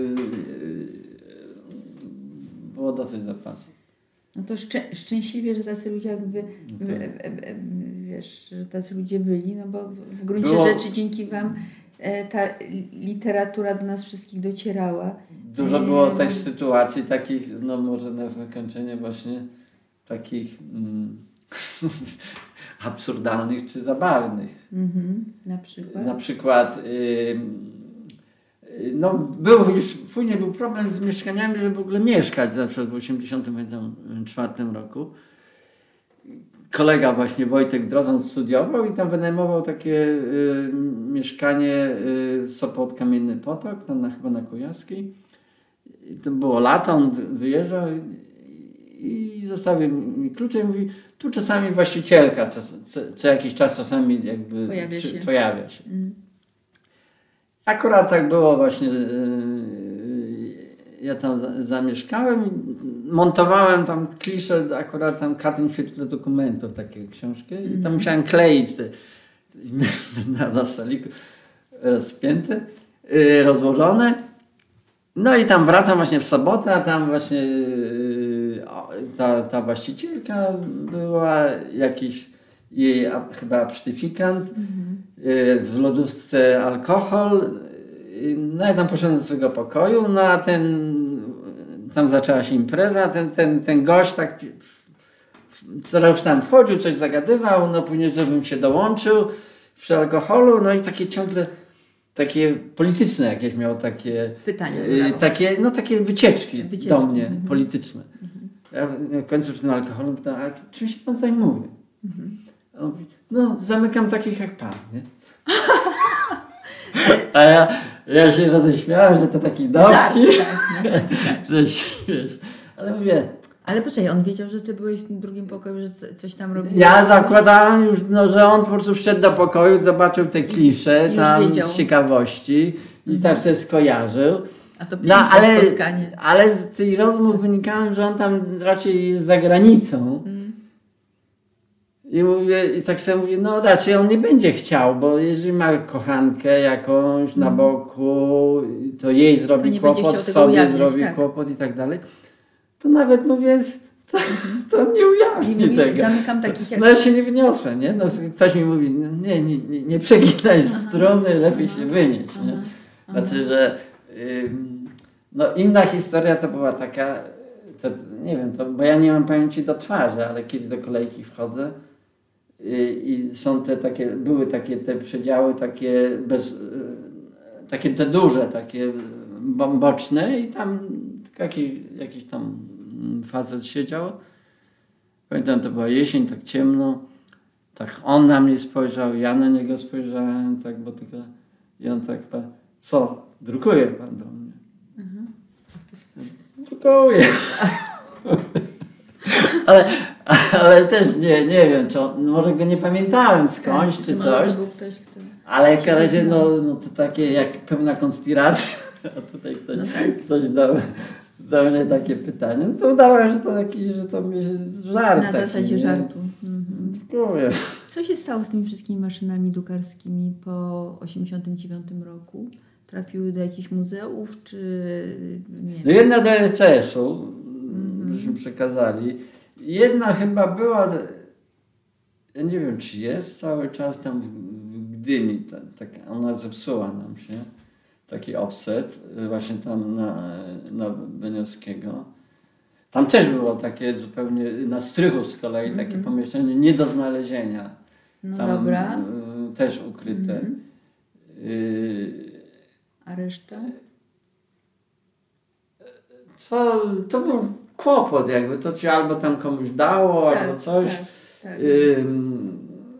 Było dosyć zapasów. No to szczę- szczęśliwie, że tacy ludzie jakby, okay. wiesz, że tacy ludzie byli, no bo w gruncie Było... rzeczy dzięki wam ta literatura do nas wszystkich docierała. Dużo było e... też sytuacji takich, no może na zakończenie właśnie takich mm, absurdalnych czy zabawnych. Mm-hmm. Na przykład? Na przykład y, no był już, później był problem z mieszkaniami, żeby w ogóle mieszkać, na przykład w osiemdziesiątym czwartym roku. Kolega właśnie Wojtek Drozan studiował i tam wynajmował takie y, mieszkanie y, Sopot Kamienny Potok, tam na, chyba na Kujawskiej. I to było lata, on wy, wyjeżdżał i, i zostawił mi klucze i mówi, tu czasami właścicielka, czas, co, co jakiś czas czasami jakby pojawia przy, się. Pojawia się. Mm. Akurat tak było właśnie, ja tam zamieszkałem i montowałem tam klisze, akurat tam Katyn w świetle dokumentów, takie książki mm. i tam musiałem kleić te, te na, na stoliku rozpięte, rozłożone. No i tam wracam właśnie w sobotę, a tam właśnie ta, ta właścicielka była, jakiś jej chyba absztyfikant, mm-hmm. w lodówce alkohol. No ja tam poszedłem do swojego pokoju, no a ten, tam zaczęła się impreza, ten, ten, ten gość tak co już tam wchodził, coś zagadywał, no później żebym się dołączył przy alkoholu, no i takie ciągle takie polityczne jakieś miał takie pytania, y, takie, no takie wycieczki, wycieczki. do mnie, mhm. polityczne. Mhm. Ja w końcu przy tym alkoholu pytałem, a czym się pan zajmuje? Mhm. On mówi, no zamykam takich jak pan, nie? A ja, ja się roześmiałem, że to taki dowcip, tak, no, tak, tak. że wiesz, ale mówię... Ale poczekaj, on wiedział, że ty byłeś w tym drugim pokoju, że coś tam robiłeś? Ja zakładałem już, no, że on po prostu wszedł do pokoju, zobaczył te klisze I, tam wiedział. z ciekawości i tak sobie skojarzył. A to no, ale, spotkanie. ale z tej rozmów wynikało, że on tam raczej jest za granicą. Mm. I mówię, i tak sobie mówię, no raczej on nie będzie chciał, bo jeżeli ma kochankę jakąś na boku, to jej zrobi to kłopot, sobie ujawniać, zrobi tak. kłopot i tak dalej, to nawet mówię, to, to nie ujawni mówi, tego. Zamykam takich jak... No ja się nie wyniosłem, nie? No, ktoś mi mówi, no, nie, nie, nie, nie przeginaj strony, lepiej aha, się wynieść, aha, nie? Znaczy, aha. że ym, no inna historia to była taka, to, nie wiem, to, bo ja nie mam pamięci do twarzy, ale kiedyś do kolejki wchodzę i są te takie, były takie te przedziały takie bez, takie te duże, takie boczne i tam jakiś, jakiś tam facet siedział. Pamiętam, to była jesień, tak ciemno, tak on na mnie spojrzał, ja na niego spojrzałem, tak, bo tylko i on tak, co, drukuje pan do mnie? Mhm. Drukuję. ale Ale też nie, nie wiem, czy on, może go nie pamiętałem skądś, tak, czy coś. Był ktoś, kto ale w razie, no, no to takie jak pełna konspiracja. A tutaj ktoś, no tak. ktoś dał, dał mnie takie pytanie. No to udałem, że to taki, że to mi żart. Na taki, zasadzie nie? żartu. Mhm. Dziękuję. Co się stało z tymi wszystkimi maszynami drukarskimi po osiemdziesiątym dziewiątym roku? Trafiły do jakichś muzeów, czy nie? No jedna do L C S-u, mhm. żeśmy przekazali. Jedna chyba była, ja nie wiem czy jest cały czas tam w Gdyni, tak, tak, ona zepsuła nam się, taki offset właśnie tam na, na Beniowskiego. Tam też było takie zupełnie, na strychu z kolei mm-hmm. takie pomieszczenie nie do znalezienia. No tam dobra. Y, też ukryte. Mm-hmm. Y, A reszta? To, to był kłopot jakby, to ci albo tam komuś dało, tak, albo coś. Tak, tak. Ym,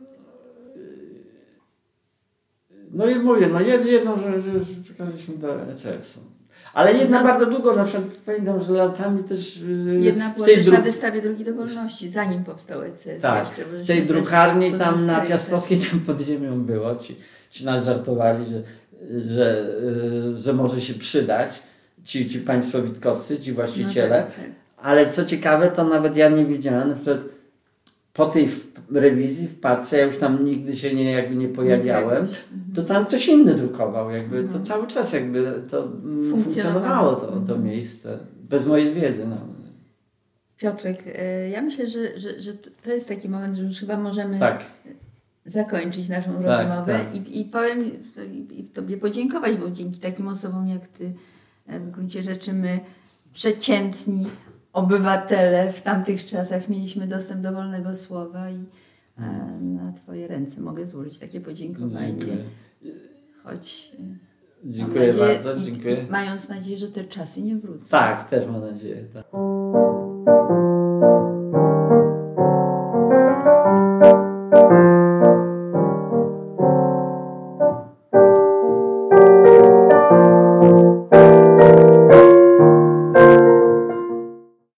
no i mówię, no jedno, że, że przekazaliśmy do E C S-u. Ale jedna no, bardzo długo, na przykład pamiętam, że latami też... Jedna była też dru... na wystawie Drogi do Wolności, zanim powstał E C S. Tak, jeszcze, w tej drukarni tam na Piastowskiej, tam pod ziemią było. Ci, ci nas żartowali, że że, że może się przydać ci, ci państwo witkowscy, ci właściciele. No tak, tak. Ale co ciekawe, to nawet ja nie wiedziałem, na przykład po tej w, rewizji w Pace, ja już tam nigdy się nie, jakby nie pojawiałem, to tam ktoś inny drukował, jakby to Mhm. cały czas jakby to Funkcjonowało. funkcjonowało to, to Mhm. miejsce, bez mojej wiedzy. No. Piotrek, e, ja myślę, że, że, że to jest taki moment, że już chyba możemy Tak, zakończyć naszą Tak, rozmowę tak. I, i powiem i, i Tobie podziękować, bo dzięki takim osobom jak Ty e, w gruncie rzeczy my przeciętni obywatele w tamtych czasach mieliśmy dostęp do wolnego słowa i e, na Twoje ręce mogę złożyć takie podziękowanie. dziękuję. Choć e, Dziękuję mam nadzieję, bardzo, i, dziękuję. I mając nadzieję, że te czasy nie wrócą. Tak, też mam nadzieję. Tak.